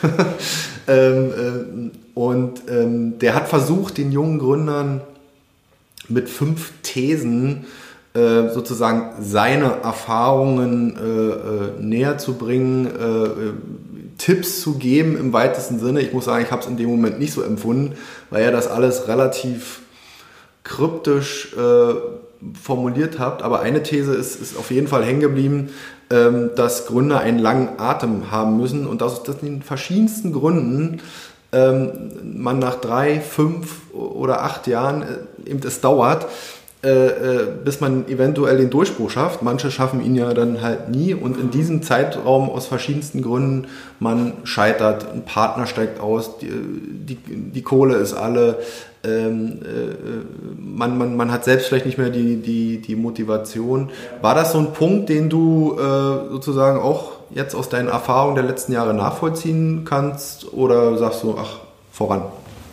ähm, äh, und ähm, der hat versucht, den jungen Gründern mit fünf Thesen äh, sozusagen seine Erfahrungen äh, äh, näher zu bringen, äh, Tipps zu geben im weitesten Sinne. Ich muss sagen, ich habe es in dem Moment nicht so empfunden, weil er das alles relativ kryptisch äh, formuliert hat. Aber eine These ist, ist auf jeden Fall hängen geblieben, ähm, dass Gründer einen langen Atem haben müssen und aus den verschiedensten Gründen ähm, man nach drei, fünf oder acht Jahren äh, eben es dauert, äh, äh, bis man eventuell den Durchbruch schafft. Manche schaffen ihn ja dann halt nie und in diesem Zeitraum aus verschiedensten Gründen, man scheitert, ein Partner steigt aus, die, die, die Kohle ist alle, ähm, äh, man, man, man hat selbst vielleicht nicht mehr die, die, die Motivation. War das so ein Punkt, den du äh, sozusagen auch jetzt aus deinen Erfahrungen der letzten Jahre nachvollziehen kannst oder sagst du, ach, voran?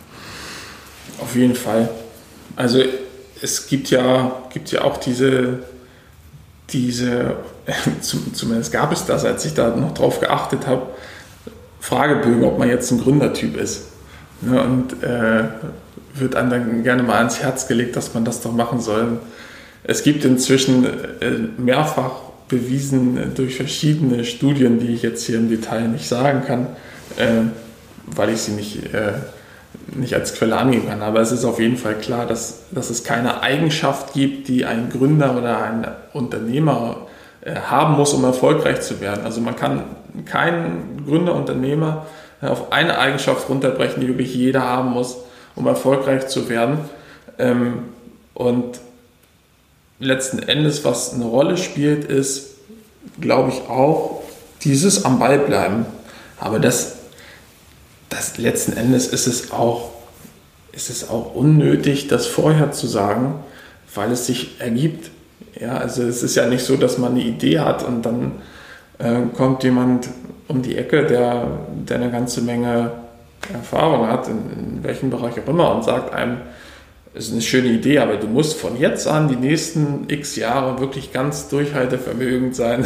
Auf jeden Fall. Also es gibt ja, gibt ja auch diese, diese zumindest gab es das, als ich da noch drauf geachtet habe, Fragebögen, ob man jetzt ein Gründertyp ist. Ja, und äh, wird einem dann gerne mal ans Herz gelegt, dass man das doch machen soll. Es gibt inzwischen äh, mehrfach bewiesen durch verschiedene Studien, die ich jetzt hier im Detail nicht sagen kann, äh, weil ich sie nicht, äh, nicht als Quelle angeben kann. Aber es ist auf jeden Fall klar, dass, dass es keine Eigenschaft gibt, die ein Gründer oder ein Unternehmer äh, haben muss, um erfolgreich zu werden. Also man kann keinen Gründer, Unternehmer äh, auf eine Eigenschaft runterbrechen, die wirklich jeder haben muss, um erfolgreich zu werden. Ähm, und letzten Endes, was eine Rolle spielt, ist, glaube ich, auch dieses am Ball bleiben. Aber das, das letzten Endes ist es auch, ist es auch unnötig, das vorher zu sagen, weil es sich ergibt. Ja, also es ist ja nicht so, dass man eine Idee hat und dann äh, kommt jemand um die Ecke, der, der eine ganze Menge Erfahrung hat, in, in welchem Bereich auch immer, und sagt einem, das ist eine schöne Idee, aber du musst von jetzt an die nächsten x Jahre wirklich ganz durchhaltevermögend sein.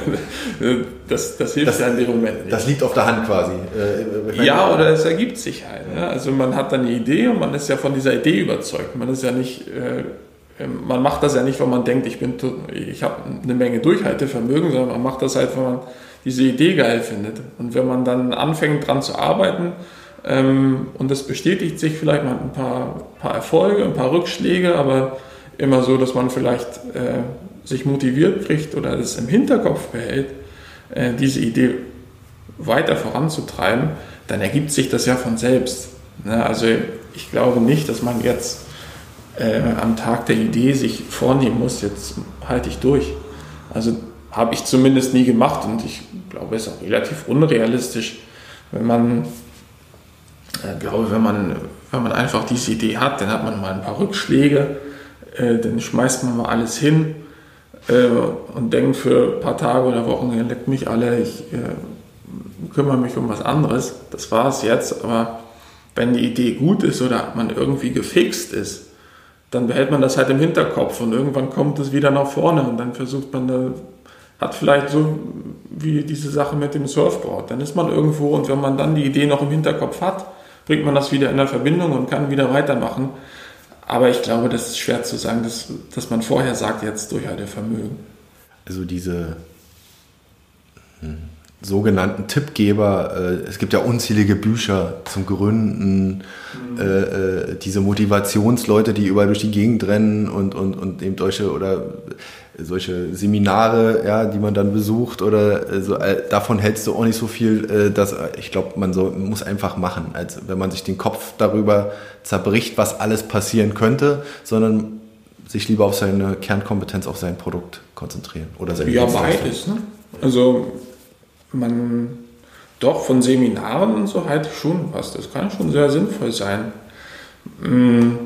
das, das hilft das, ja in dem Moment nicht. Das liegt auf der Hand quasi. Äh, ja, oder es ergibt sich halt. Ja. Also man hat dann eine Idee und man ist ja von dieser Idee überzeugt. Man ist ja nicht, äh, man macht das ja nicht, weil man denkt, ich bin, ich habe eine Menge Durchhaltevermögen, sondern man macht das halt, weil man diese Idee geil findet. Und wenn man dann anfängt, dran zu arbeiten, Ähm, und das bestätigt sich vielleicht, man hat ein paar, paar Erfolge, ein paar Rückschläge, aber immer so, dass man vielleicht äh, sich motiviert kriegt oder es im Hinterkopf behält, äh, diese Idee weiter voranzutreiben, dann ergibt sich das ja von selbst. Ne? Also ich glaube nicht, dass man jetzt äh, am Tag der Idee sich vornehmen muss, jetzt halte ich durch. Also habe ich zumindest nie gemacht und ich glaube, es ist auch relativ unrealistisch, wenn man ich glaube, wenn man, wenn man einfach diese Idee hat, dann hat man mal ein paar Rückschläge, äh, dann schmeißt man mal alles hin äh, und denkt für ein paar Tage oder Wochen, ihr leckt mich alle, ich äh, kümmere mich um was anderes. Das war es jetzt, aber wenn die Idee gut ist oder man irgendwie gefixt ist, dann behält man das halt im Hinterkopf und irgendwann kommt es wieder nach vorne und dann versucht man, da, hat vielleicht so wie diese Sache mit dem Surfboard, dann ist man irgendwo und wenn man dann die Idee noch im Hinterkopf hat, bringt man das wieder in der Verbindung und kann wieder weitermachen. Aber ich glaube, das ist schwer zu sagen, dass, dass man vorher sagt, jetzt Durchhaltevermögen. Also diese hm, sogenannten Tippgeber, äh, es gibt ja unzählige Bücher zum Gründen, mhm. äh, diese Motivationsleute, die überall durch die Gegend rennen und, und, und eben solche oder solche Seminare, ja, die man dann besucht oder so, äh, davon hältst du auch nicht so viel, äh, dass äh, ich glaube, man so, muss einfach machen, als wenn man sich den Kopf darüber zerbricht, was alles passieren könnte, sondern sich lieber auf seine Kernkompetenz, auf sein Produkt konzentrieren oder seine Ja, beides. Ne? Also man doch von Seminaren und so halte ich schon was. Das kann schon sehr sinnvoll sein. Hm.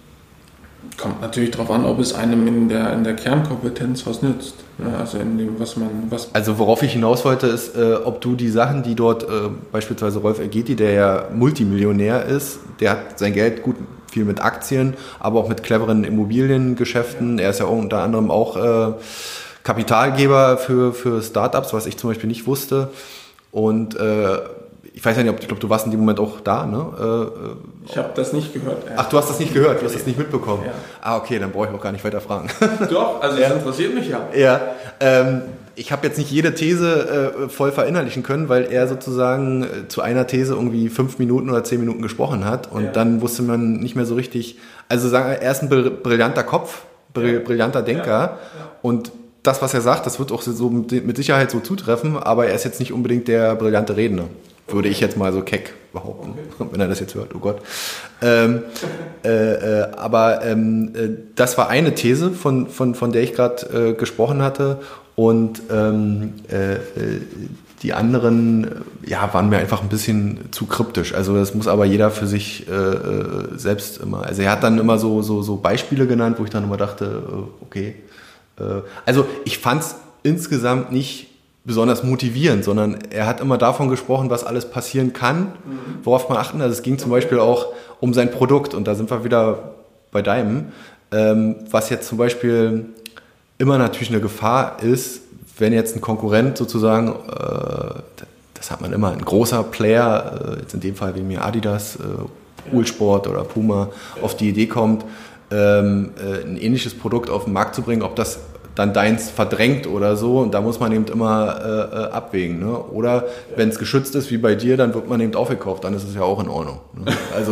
Kommt natürlich darauf an, ob es einem in der, in der Kernkompetenz was nützt. Ja, also in dem, was man. Was also worauf ich hinaus wollte, ist, äh, ob du die Sachen, die dort, äh, beispielsweise Rolf Elgeti, der ja Multimillionär ist, der hat sein Geld gut viel mit Aktien, aber auch mit cleveren Immobiliengeschäften. Ja. Er ist ja unter anderem auch äh, Kapitalgeber für, für Startups, was ich zum Beispiel nicht wusste. Und äh, ich weiß ja nicht, ob ich glaube, du warst in dem Moment auch da, ne? Äh, ich habe das nicht gehört. Ach, du hast das nicht gehört, du hast das nicht mitbekommen. Ja. Ah, okay, dann brauche ich auch gar nicht weiter fragen. Doch, also das ja. interessiert mich ja. Ja, ähm, ich habe jetzt nicht jede These äh, voll verinnerlichen können, weil er sozusagen äh, zu einer These irgendwie fünf Minuten oder zehn Minuten gesprochen hat und ja. dann wusste man nicht mehr so richtig, also sagen wir, er ist ein brillanter Kopf, brill, brillanter Denker ja. Ja. und das, was er sagt, das wird auch so mit Sicherheit so zutreffen, aber er ist jetzt nicht unbedingt der brillante Redner. Würde ich jetzt mal so keck behaupten, okay. wenn er das jetzt hört, oh Gott. Ähm, äh, äh, aber ähm, äh, das war eine These, von, von, von der ich gerade äh, gesprochen hatte. Und ähm, äh, die anderen ja, waren mir einfach ein bisschen zu kryptisch. Also das muss aber jeder für sich äh, selbst immer. Also er hat dann immer so, so, so Beispiele genannt, wo ich dann immer dachte, okay. Äh, also ich fand es insgesamt nicht besonders motivierend, sondern er hat immer davon gesprochen, was alles passieren kann, worauf man achten. Also es ging zum Beispiel auch um sein Produkt und da sind wir wieder bei deinem, ähm, was jetzt zum Beispiel immer natürlich eine Gefahr ist, wenn jetzt ein Konkurrent sozusagen, äh, das hat man immer, ein großer Player, äh, jetzt in dem Fall wie mir Adidas, äh, Uhlsport oder Puma, auf die Idee kommt, ähm, äh, ein ähnliches Produkt auf den Markt zu bringen, ob das dann deins verdrängt oder so und da muss man eben immer äh, abwägen. Ne? Oder wenn es geschützt ist wie bei dir, dann wird man eben aufgekauft, dann ist es ja auch in Ordnung. Ne? Also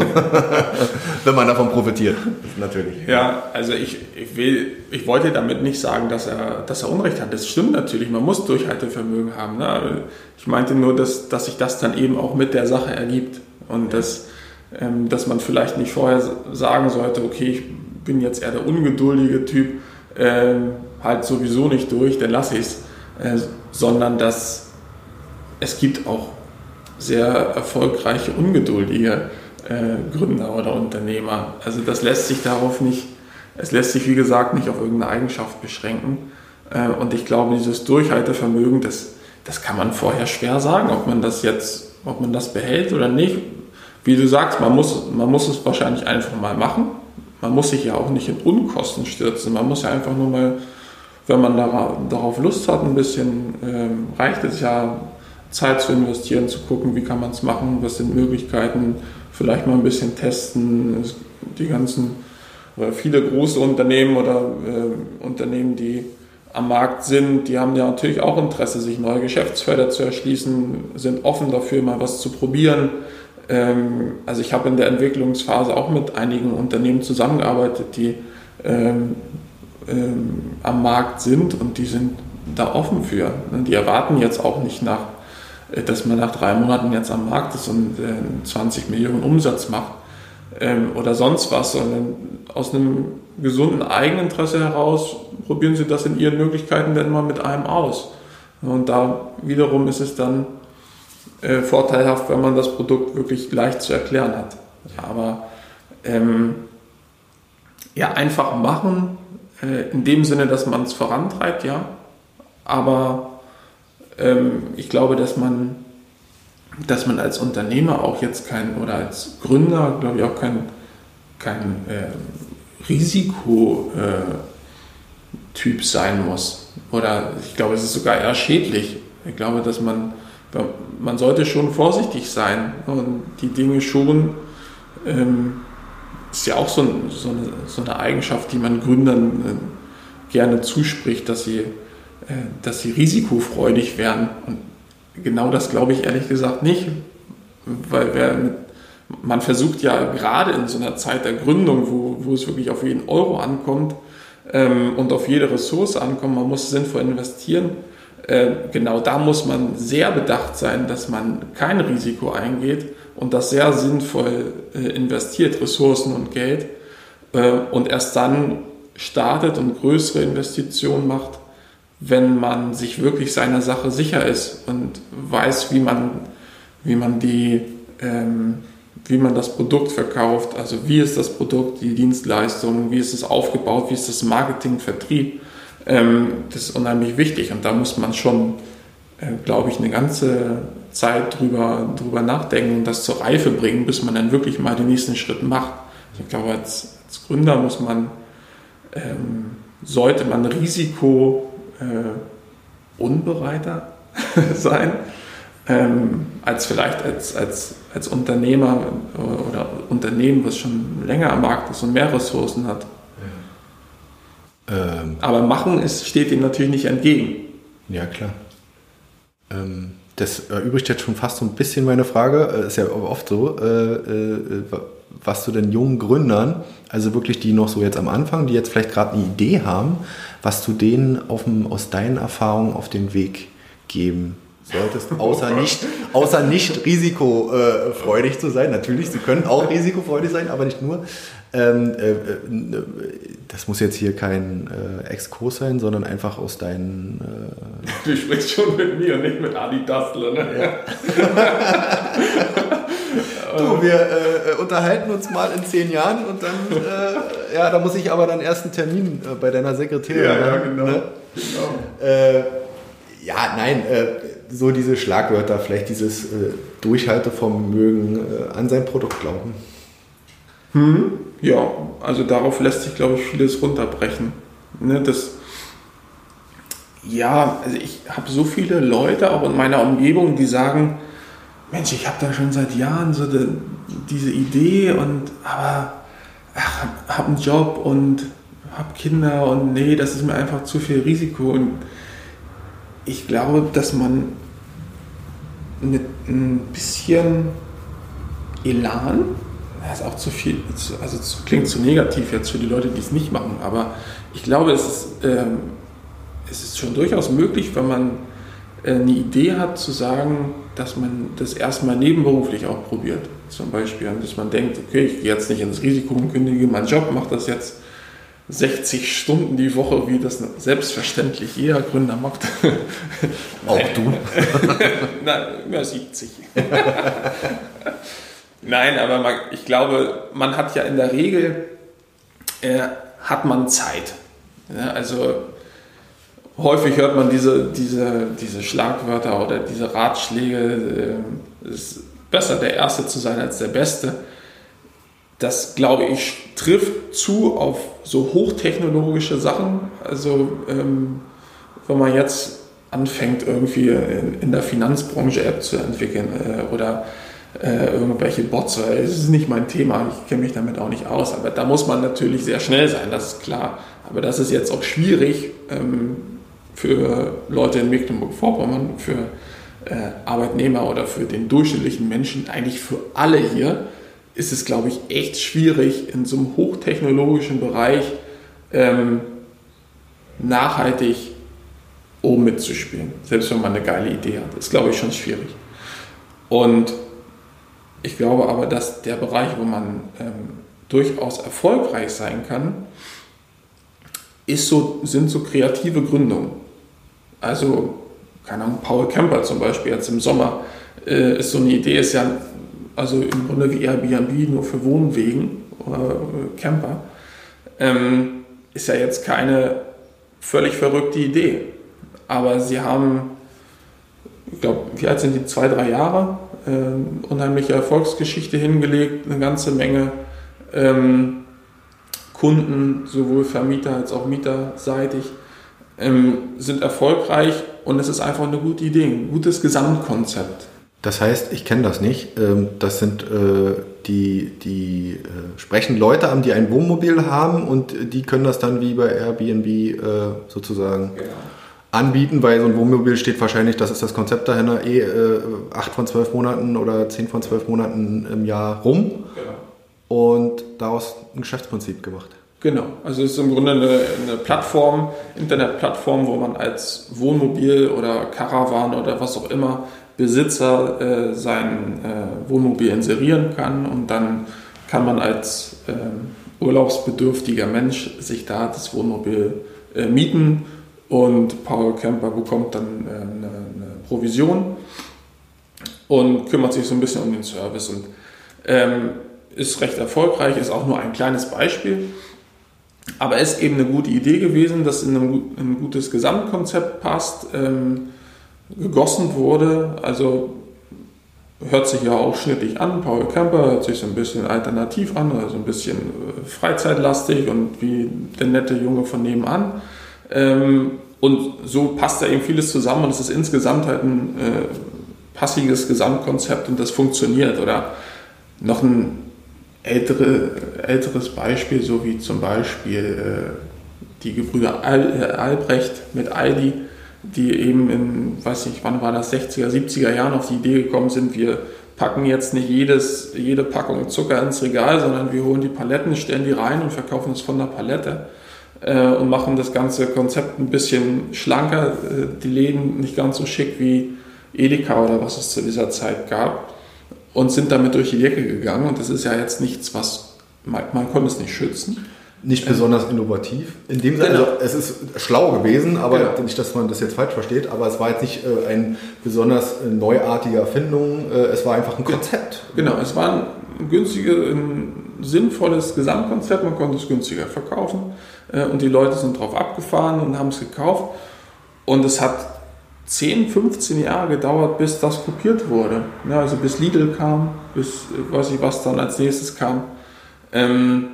wenn man davon profitiert, natürlich. Ja, also ich, ich, will, ich wollte damit nicht sagen, dass er, dass er Unrecht hat. Das stimmt natürlich, man muss Durchhaltevermögen haben. Ne? Ich meinte nur, dass, dass sich das dann eben auch mit der Sache ergibt und dass, ähm, dass man vielleicht nicht vorher sagen sollte, okay, ich bin jetzt eher der ungeduldige Typ, ähm, halt sowieso nicht durch, dann lasse ich es, äh, sondern dass es gibt auch sehr erfolgreiche, ungeduldige äh, Gründer oder Unternehmer. Also das lässt sich darauf nicht, es lässt sich wie gesagt nicht auf irgendeine Eigenschaft beschränken. Äh, und ich glaube, dieses Durchhaltevermögen, das, das kann man vorher schwer sagen, ob man das jetzt, ob man das behält oder nicht. Wie du sagst, man muss, man muss es wahrscheinlich einfach mal machen. Man muss sich ja auch nicht in Unkosten stürzen. Man muss ja einfach nur mal, wenn man darauf Lust hat, ein bisschen, ähm, reicht es ja, Zeit zu investieren, zu gucken, wie kann man es machen, was sind Möglichkeiten, vielleicht mal ein bisschen testen. Die ganzen, oder viele große Unternehmen oder äh, Unternehmen, die am Markt sind, die haben ja natürlich auch Interesse, sich neue Geschäftsfelder zu erschließen, sind offen dafür, mal was zu probieren. Ähm, also ich habe in der Entwicklungsphase auch mit einigen Unternehmen zusammengearbeitet, die ähm, ähm, am Markt sind und die sind da offen für. Die erwarten jetzt auch nicht, nach, dass man nach drei Monaten jetzt am Markt ist und äh, zwanzig Millionen Umsatz macht ähm, oder sonst was, sondern aus einem gesunden Eigeninteresse heraus probieren sie das in ihren Möglichkeiten dann mal mit einem aus. Und da wiederum ist es dann äh, vorteilhaft, wenn man das Produkt wirklich leicht zu erklären hat. Aber ähm, ja, einfach machen, äh, in dem Sinne, dass man es vorantreibt, ja. Aber ähm, ich glaube, dass man, dass man als Unternehmer auch jetzt kein, oder als Gründer, glaube ich, auch kein, kein äh, Risikotyp äh, sein muss. Oder ich glaube, es ist sogar eher schädlich. Ich glaube, dass man, man sollte schon vorsichtig sein und die Dinge schon, ähm, ist ja auch so, ein, so, eine, so eine Eigenschaft, die man Gründern äh, gerne zuspricht, dass sie, äh, dass sie risikofreudig werden. Und genau das glaube ich ehrlich gesagt nicht, weil wer mit, man versucht ja gerade in so einer Zeit der Gründung, wo, wo es wirklich auf jeden Euro ankommt ähm, und auf jede Ressource ankommt, man muss sinnvoll investieren. Äh, genau da muss man sehr bedacht sein, dass man kein Risiko eingeht und das sehr sinnvoll äh, investiert, Ressourcen und Geld, äh, und erst dann startet und größere Investitionen macht, wenn man sich wirklich seiner Sache sicher ist und weiß, wie man, wie man die, ähm, wie man das Produkt verkauft, also wie ist das Produkt, die Dienstleistung, wie ist es aufgebaut, wie ist das Marketing, Vertrieb. Ähm, das ist unheimlich wichtig und da muss man schon, äh, glaube ich, eine ganze Zeit drüber, drüber nachdenken und das zur Reife bringen, bis man dann wirklich mal den nächsten Schritt macht. Ich glaube, als, als Gründer muss man, ähm, sollte man Risiko äh, unbereiter sein, ähm, als vielleicht als, als, als Unternehmer oder Unternehmen, was schon länger am Markt ist und mehr Ressourcen hat. Ja. Ähm, Aber machen ist, steht dem natürlich nicht entgegen. Ja, klar. Ähm, das erübrigt jetzt schon fast so ein bisschen meine Frage, ist ja oft so, äh, äh, was du denn jungen Gründern, also wirklich die noch so jetzt am Anfang, die jetzt vielleicht gerade eine Idee haben, was du denen auf dem, aus deinen Erfahrungen auf den Weg geben solltest, außer nicht, außer nicht risikofreudig zu sein. Natürlich, sie können auch risikofreudig sein, aber nicht nur. Ähm, äh, das muss jetzt hier kein äh, Exkurs sein, sondern einfach aus deinen... Äh du sprichst schon mit mir und nicht mit Adi Dastler, ne? Ja. Du, wir äh, unterhalten uns mal in zehn Jahren und dann, äh, ja, da muss ich aber dann erst einen Termin äh, bei deiner Sekretärin. Ja, ja, genau. Ne? genau. Äh, ja, nein, äh, so diese Schlagwörter, vielleicht dieses äh, Durchhaltevermögen äh, an sein Produkt glauben. Hm, ja, also darauf lässt sich, glaube ich, vieles runterbrechen. Ne, das, ja, also ich habe so viele Leute auch in meiner Umgebung, die sagen, Mensch, ich habe da schon seit Jahren so de, diese Idee und aber ach, habe einen Job und habe Kinder und nee, das ist mir einfach zu viel Risiko. Und ich glaube, dass man mit ein bisschen Elan, das ist auch zu viel, also es klingt zu negativ jetzt für die Leute, die es nicht machen, aber ich glaube, es ist, ähm, es ist schon durchaus möglich, wenn man eine Idee hat, zu sagen, dass man das erstmal nebenberuflich auch probiert. Zum Beispiel, dass man denkt, okay, ich gehe jetzt nicht ins Risiko und kündige meinen Job, mache das jetzt sechzig Stunden die Woche, wie das selbstverständlich jeder Gründer macht. Auch du? Nein, über siebzig. Nein, aber man, ich glaube, man hat ja in der Regel, äh, hat man Zeit. Ja, also häufig hört man diese, diese, diese Schlagwörter oder diese Ratschläge, es äh, ist besser der Erste zu sein als der Beste. Das, glaube ich, trifft zu auf so hochtechnologische Sachen. Also ähm, wenn man jetzt anfängt, irgendwie in, in der Finanzbranche App zu entwickeln äh, oder äh, irgendwelche Bots, weil das ist nicht mein Thema, ich kenne mich damit auch nicht aus, aber da muss man natürlich sehr schnell sein, das ist klar. Aber das ist jetzt auch schwierig ähm, für Leute in Mecklenburg-Vorpommern, für äh, Arbeitnehmer oder für den durchschnittlichen Menschen, eigentlich für alle hier, ist es, glaube ich, echt schwierig, in so einem hochtechnologischen Bereich ähm, nachhaltig oben mitzuspielen. Selbst wenn man eine geile Idee hat. Das ist, glaube ich, schon schwierig. Und ich glaube aber, dass der Bereich, wo man ähm, durchaus erfolgreich sein kann, ist so, sind so kreative Gründungen. Also, keine Ahnung, Paul Kemper zum Beispiel jetzt im Sommer äh, ist so eine Idee, ist ja also im Grunde wie Airbnb nur für Wohnwegen oder äh, Camper, ähm, ist ja jetzt keine völlig verrückte Idee. Aber sie haben, ich glaube, wie alt sind die? Zwei, drei Jahre, äh, unheimliche Erfolgsgeschichte hingelegt, eine ganze Menge ähm, Kunden, sowohl Vermieter als auch mieterseitig, ähm, sind erfolgreich und es ist einfach eine gute Idee, ein gutes Gesamtkonzept. Das heißt, ich kenne das nicht. Ähm, das sind äh, die, die äh, sprechen Leute an, die ein Wohnmobil haben und die können das dann wie bei Airbnb äh, sozusagen genau. anbieten, weil so ein Wohnmobil steht wahrscheinlich, das ist das Konzept dahinter, eh äh, acht von zwölf Monaten oder zehn von zwölf Monaten im Jahr rum genau. und daraus ein Geschäftsprinzip gemacht. Genau, also es ist im Grunde eine, eine Plattform, Internetplattform, wo man als Wohnmobil oder Caravan oder was auch immer Besitzer äh, sein äh, Wohnmobil inserieren kann und dann kann man als äh, urlaubsbedürftiger Mensch sich da das Wohnmobil äh, mieten und Paul Camper bekommt dann äh, eine, eine Provision und kümmert sich so ein bisschen um den Service und ähm, ist recht erfolgreich, ist auch nur ein kleines Beispiel, aber ist eben eine gute Idee gewesen, das in ein, ein gutes Gesamtkonzept passt, ähm, gegossen wurde, also hört sich ja auch schnittig an, Paul Camper hört sich so ein bisschen alternativ an, also ein bisschen freizeitlastig und wie der nette Junge von nebenan. Und so passt da eben vieles zusammen und es ist insgesamt halt ein passiges Gesamtkonzept und das funktioniert. Oder noch ein ältere, älteres Beispiel, so wie zum Beispiel die Gebrüder Albrecht mit Aldi, die eben in, weiß nicht, wann war das, sechziger, siebziger Jahren auf die Idee gekommen sind, wir packen jetzt nicht jedes, jede Packung Zucker ins Regal, sondern wir holen die Paletten, stellen die rein und verkaufen es von der Palette äh, und machen das ganze Konzept ein bisschen schlanker, äh, die Läden nicht ganz so schick wie Edeka oder was es zu dieser Zeit gab und sind damit durch die Decke gegangen und das ist ja jetzt nichts, was, man, man konnte es nicht schützen. Nicht besonders innovativ. In dem Sinne, genau. Also es ist schlau gewesen, aber genau. Nicht, dass man das jetzt falsch versteht, aber es war jetzt nicht äh, eine besonders äh, neuartige Erfindung, äh, es war einfach ein Konzept. Genau, es war ein günstiges, ein sinnvolles Gesamtkonzept, man konnte es günstiger verkaufen äh, und die Leute sind drauf abgefahren und haben es gekauft und es hat zehn, fünfzehn Jahre gedauert, bis das kopiert wurde. Ja, also bis Lidl kam, bis, äh, weiß ich was dann als nächstes kam. Ähm,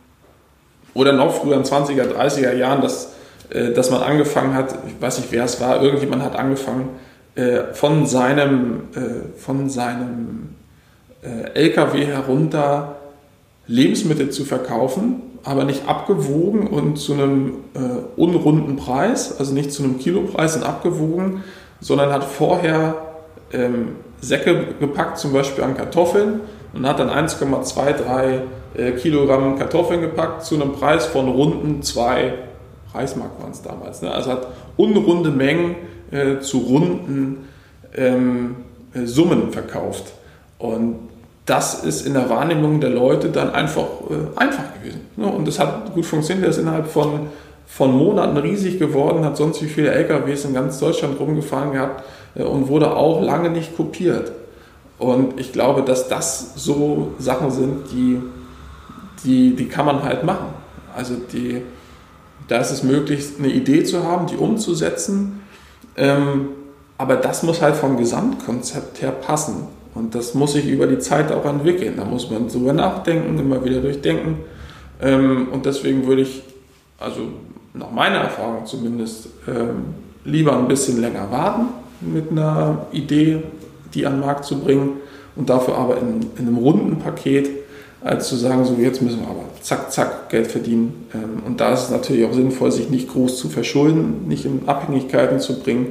Oder noch früher in zwanziger, dreißiger Jahren, dass, äh, dass man angefangen hat, ich weiß nicht wer es war, irgendjemand hat angefangen, äh, von seinem, äh, von seinem äh, L K W herunter Lebensmittel zu verkaufen, aber nicht abgewogen und zu einem äh, unrunden Preis, also nicht zu einem Kilopreis und abgewogen, sondern hat vorher ähm, Säcke gepackt, zum Beispiel an Kartoffeln, und hat dann eins Komma zweiundzwanzig äh, Kilogramm Kartoffeln gepackt zu einem Preis von runden zwei Reichsmark waren es damals. Ne? Also hat unrunde Mengen äh, zu runden ähm, äh, Summen verkauft. Und das ist in der Wahrnehmung der Leute dann einfach äh, einfach gewesen. Ne? Und das hat gut funktioniert. Der ist innerhalb von, von Monaten riesig geworden, hat sonst wie viele L K Ws in ganz Deutschland rumgefahren gehabt äh, und wurde auch lange nicht kopiert. Und ich glaube, dass das so Sachen sind, die, die, die kann man halt machen. Also die, da ist es möglich, eine Idee zu haben, die umzusetzen. Ähm, aber das muss halt vom Gesamtkonzept her passen. Und das muss sich über die Zeit auch entwickeln. Da muss man drüber nachdenken, immer wieder durchdenken. Ähm, und deswegen würde ich, also nach meiner Erfahrung zumindest, ähm, lieber ein bisschen länger warten mit einer Idee, die an den Markt zu bringen und dafür aber in, in einem runden Paket, als zu sagen, so jetzt müssen wir aber zack, zack Geld verdienen. Und da ist es natürlich auch sinnvoll, sich nicht groß zu verschulden, nicht in Abhängigkeiten zu bringen.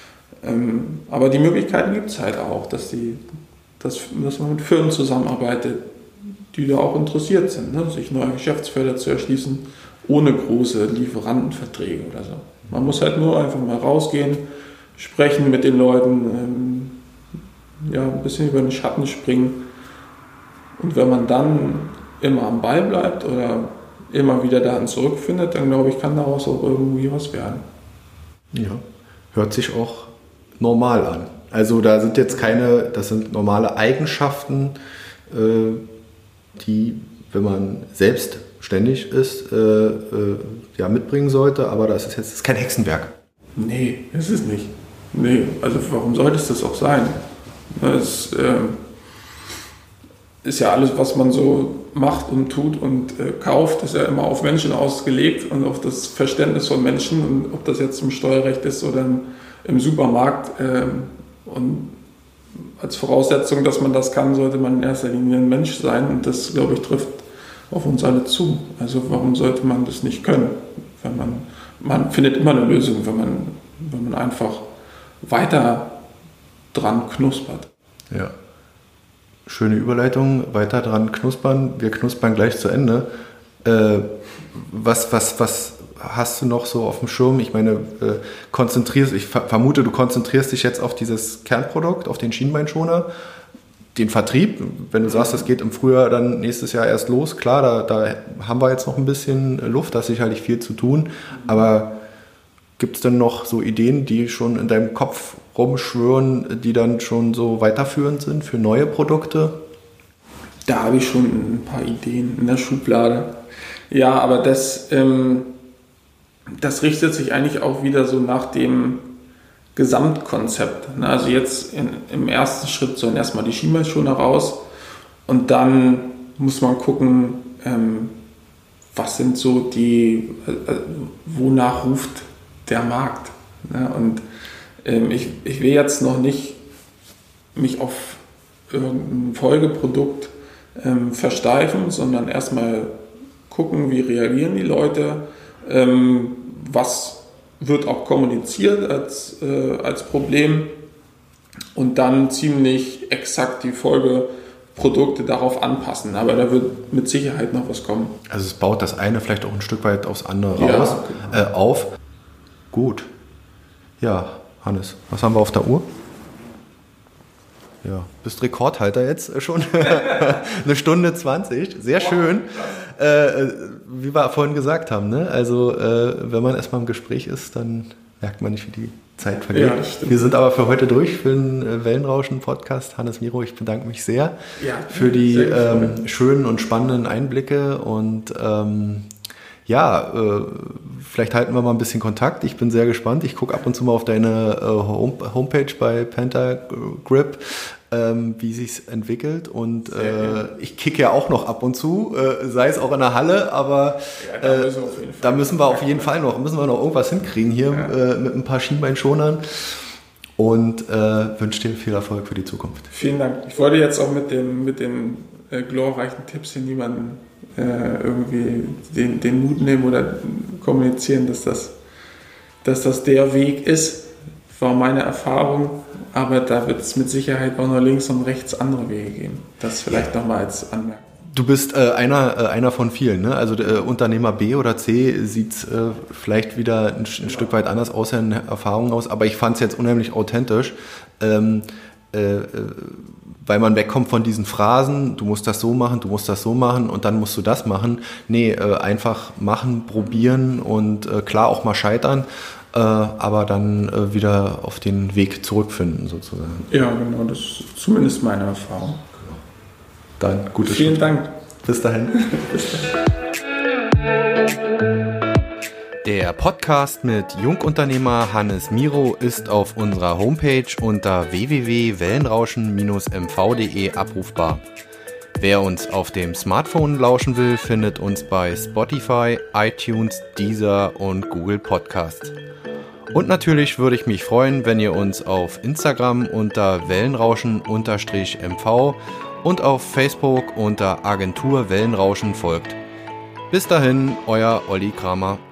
Aber die Möglichkeiten gibt es halt auch, dass, die, dass, dass man mit Firmen zusammenarbeitet, die da auch interessiert sind, ne? Sich neue Geschäftsfelder zu erschließen, ohne große Lieferantenverträge oder so. Man muss halt nur einfach mal rausgehen, sprechen mit den Leuten, ja, ein bisschen über den Schatten springen. Und wenn man dann immer am Ball bleibt oder immer wieder dahin zurückfindet, dann glaube ich, kann daraus auch irgendwie was werden. Ja, hört sich auch normal an. Also da sind jetzt keine, das sind normale Eigenschaften, äh, die, wenn man selbstständig ist, äh, äh, ja, mitbringen sollte, aber das ist jetzt das ist kein Hexenwerk. Nee, ist es nicht. Nee, also warum sollte es das auch sein? Es äh, ist ja alles, was man so macht und tut und äh, kauft, ist ja immer auf Menschen ausgelegt und auf das Verständnis von Menschen, und ob das jetzt im Steuerrecht ist oder im, im Supermarkt. Äh, und als Voraussetzung, dass man das kann, sollte man in erster Linie ein Mensch sein, und das, glaube ich, trifft auf uns alle zu. Also warum sollte man das nicht können? Wenn man, man findet immer eine Lösung, wenn man, wenn man einfach weiter dran knuspert. Ja. Schöne Überleitung, weiter dran knuspern. Wir knuspern gleich zu Ende. Äh, was, was, was hast du noch so auf dem Schirm? Ich meine, äh, konzentrierst, ich ver- vermute, du konzentrierst dich jetzt auf dieses Kernprodukt, auf den Schienbeinschoner, den Vertrieb. Wenn du sagst, das geht im Frühjahr dann nächstes Jahr erst los, klar, da, da haben wir jetzt noch ein bisschen Luft, da ist sicherlich viel zu tun. Aber gibt es denn noch so Ideen, die schon in deinem Kopf rumschwören, die dann schon so weiterführend sind für neue Produkte? Da habe ich schon ein paar Ideen in der Schublade. Ja, aber das, ähm, das richtet sich eigentlich auch wieder so nach dem Gesamtkonzept. Also jetzt in, im ersten Schritt sollen erstmal die Schienbeinschoner raus, und dann muss man gucken, ähm, was sind so die, äh, wonach ruft der Markt. Und ähm, ich, ich will jetzt noch nicht mich auf irgendein Folgeprodukt ähm, versteifen, sondern erstmal gucken, wie reagieren die Leute, ähm, was wird auch kommuniziert als, äh, als Problem, und dann ziemlich exakt die Folgeprodukte darauf anpassen. Aber da wird mit Sicherheit noch was kommen. Also es baut das eine vielleicht auch ein Stück weit aufs andere Ja, raus, genau. äh, auf. Gut. Ja, Hannes, was haben wir auf der Uhr? Ja, bist Rekordhalter jetzt schon. Eine Stunde zwanzig, sehr schön. Äh, wie wir vorhin gesagt haben, ne? Also äh, wenn man erstmal im Gespräch ist, dann merkt man nicht, wie die Zeit vergeht. Ja, das stimmt. Wir sind aber für heute durch, für den äh, Wellenrauschen-Podcast. Hannes Miro, ich bedanke mich sehr Ja, für die sehr ähm, schönen und spannenden Einblicke, und ähm, ja, äh, vielleicht halten wir mal ein bisschen Kontakt. Ich bin sehr gespannt. Ich gucke ab und zu mal auf deine äh, Home- Homepage bei Pentagrip, ähm, wie sich's entwickelt. Und äh, ich kicke ja auch noch ab und zu, äh, sei es auch in der Halle, aber Ja, da äh, müssen wir auf jeden Fall. da müssen wir auf jeden Fall noch, müssen wir noch irgendwas hinkriegen hier Ja. äh, mit ein paar Schienbeinschonern. Und äh, wünsche dir viel Erfolg für die Zukunft. Vielen Dank. Ich wollte jetzt auch mit, dem, mit den äh, glorreichen Tipps hier niemanden äh, irgendwie den, den Mut nehmen oder kommunizieren, dass das, dass das der Weg ist. War meine Erfahrung, aber da wird es mit Sicherheit auch noch links und rechts andere Wege geben. Das vielleicht nochmal als Anmerkung. Du bist äh, einer, äh, einer von vielen, ne? Also äh, Unternehmer B oder C sieht äh, vielleicht wieder ein, ein genau. Stück weit anders aus, in Erfahrungen aus, aber ich fand es jetzt unheimlich authentisch, ähm, äh, weil man wegkommt von diesen Phrasen, du musst das so machen, du musst das so machen und dann musst du das machen. Nee, äh, einfach machen, probieren und äh, klar auch mal scheitern, äh, aber dann äh, wieder auf den Weg zurückfinden sozusagen. Ja, genau, das ist zumindest meine Erfahrung. Dann gutes Vielen Dank. Bis dahin. Bis dahin. Der Podcast mit Jungunternehmer Hannes Miro ist auf unserer Homepage unter w w w punkt wellenrauschen Bindestrich m v punkt d e abrufbar. Wer uns auf dem Smartphone lauschen will, findet uns bei Spotify, iTunes, Deezer und Google Podcast. Und natürlich würde ich mich freuen, wenn ihr uns auf Instagram unter wellenrauschen Bindestrich m v und auf Facebook unter Agentur Wellenrauschen folgt. Bis dahin, euer Olli Kramer.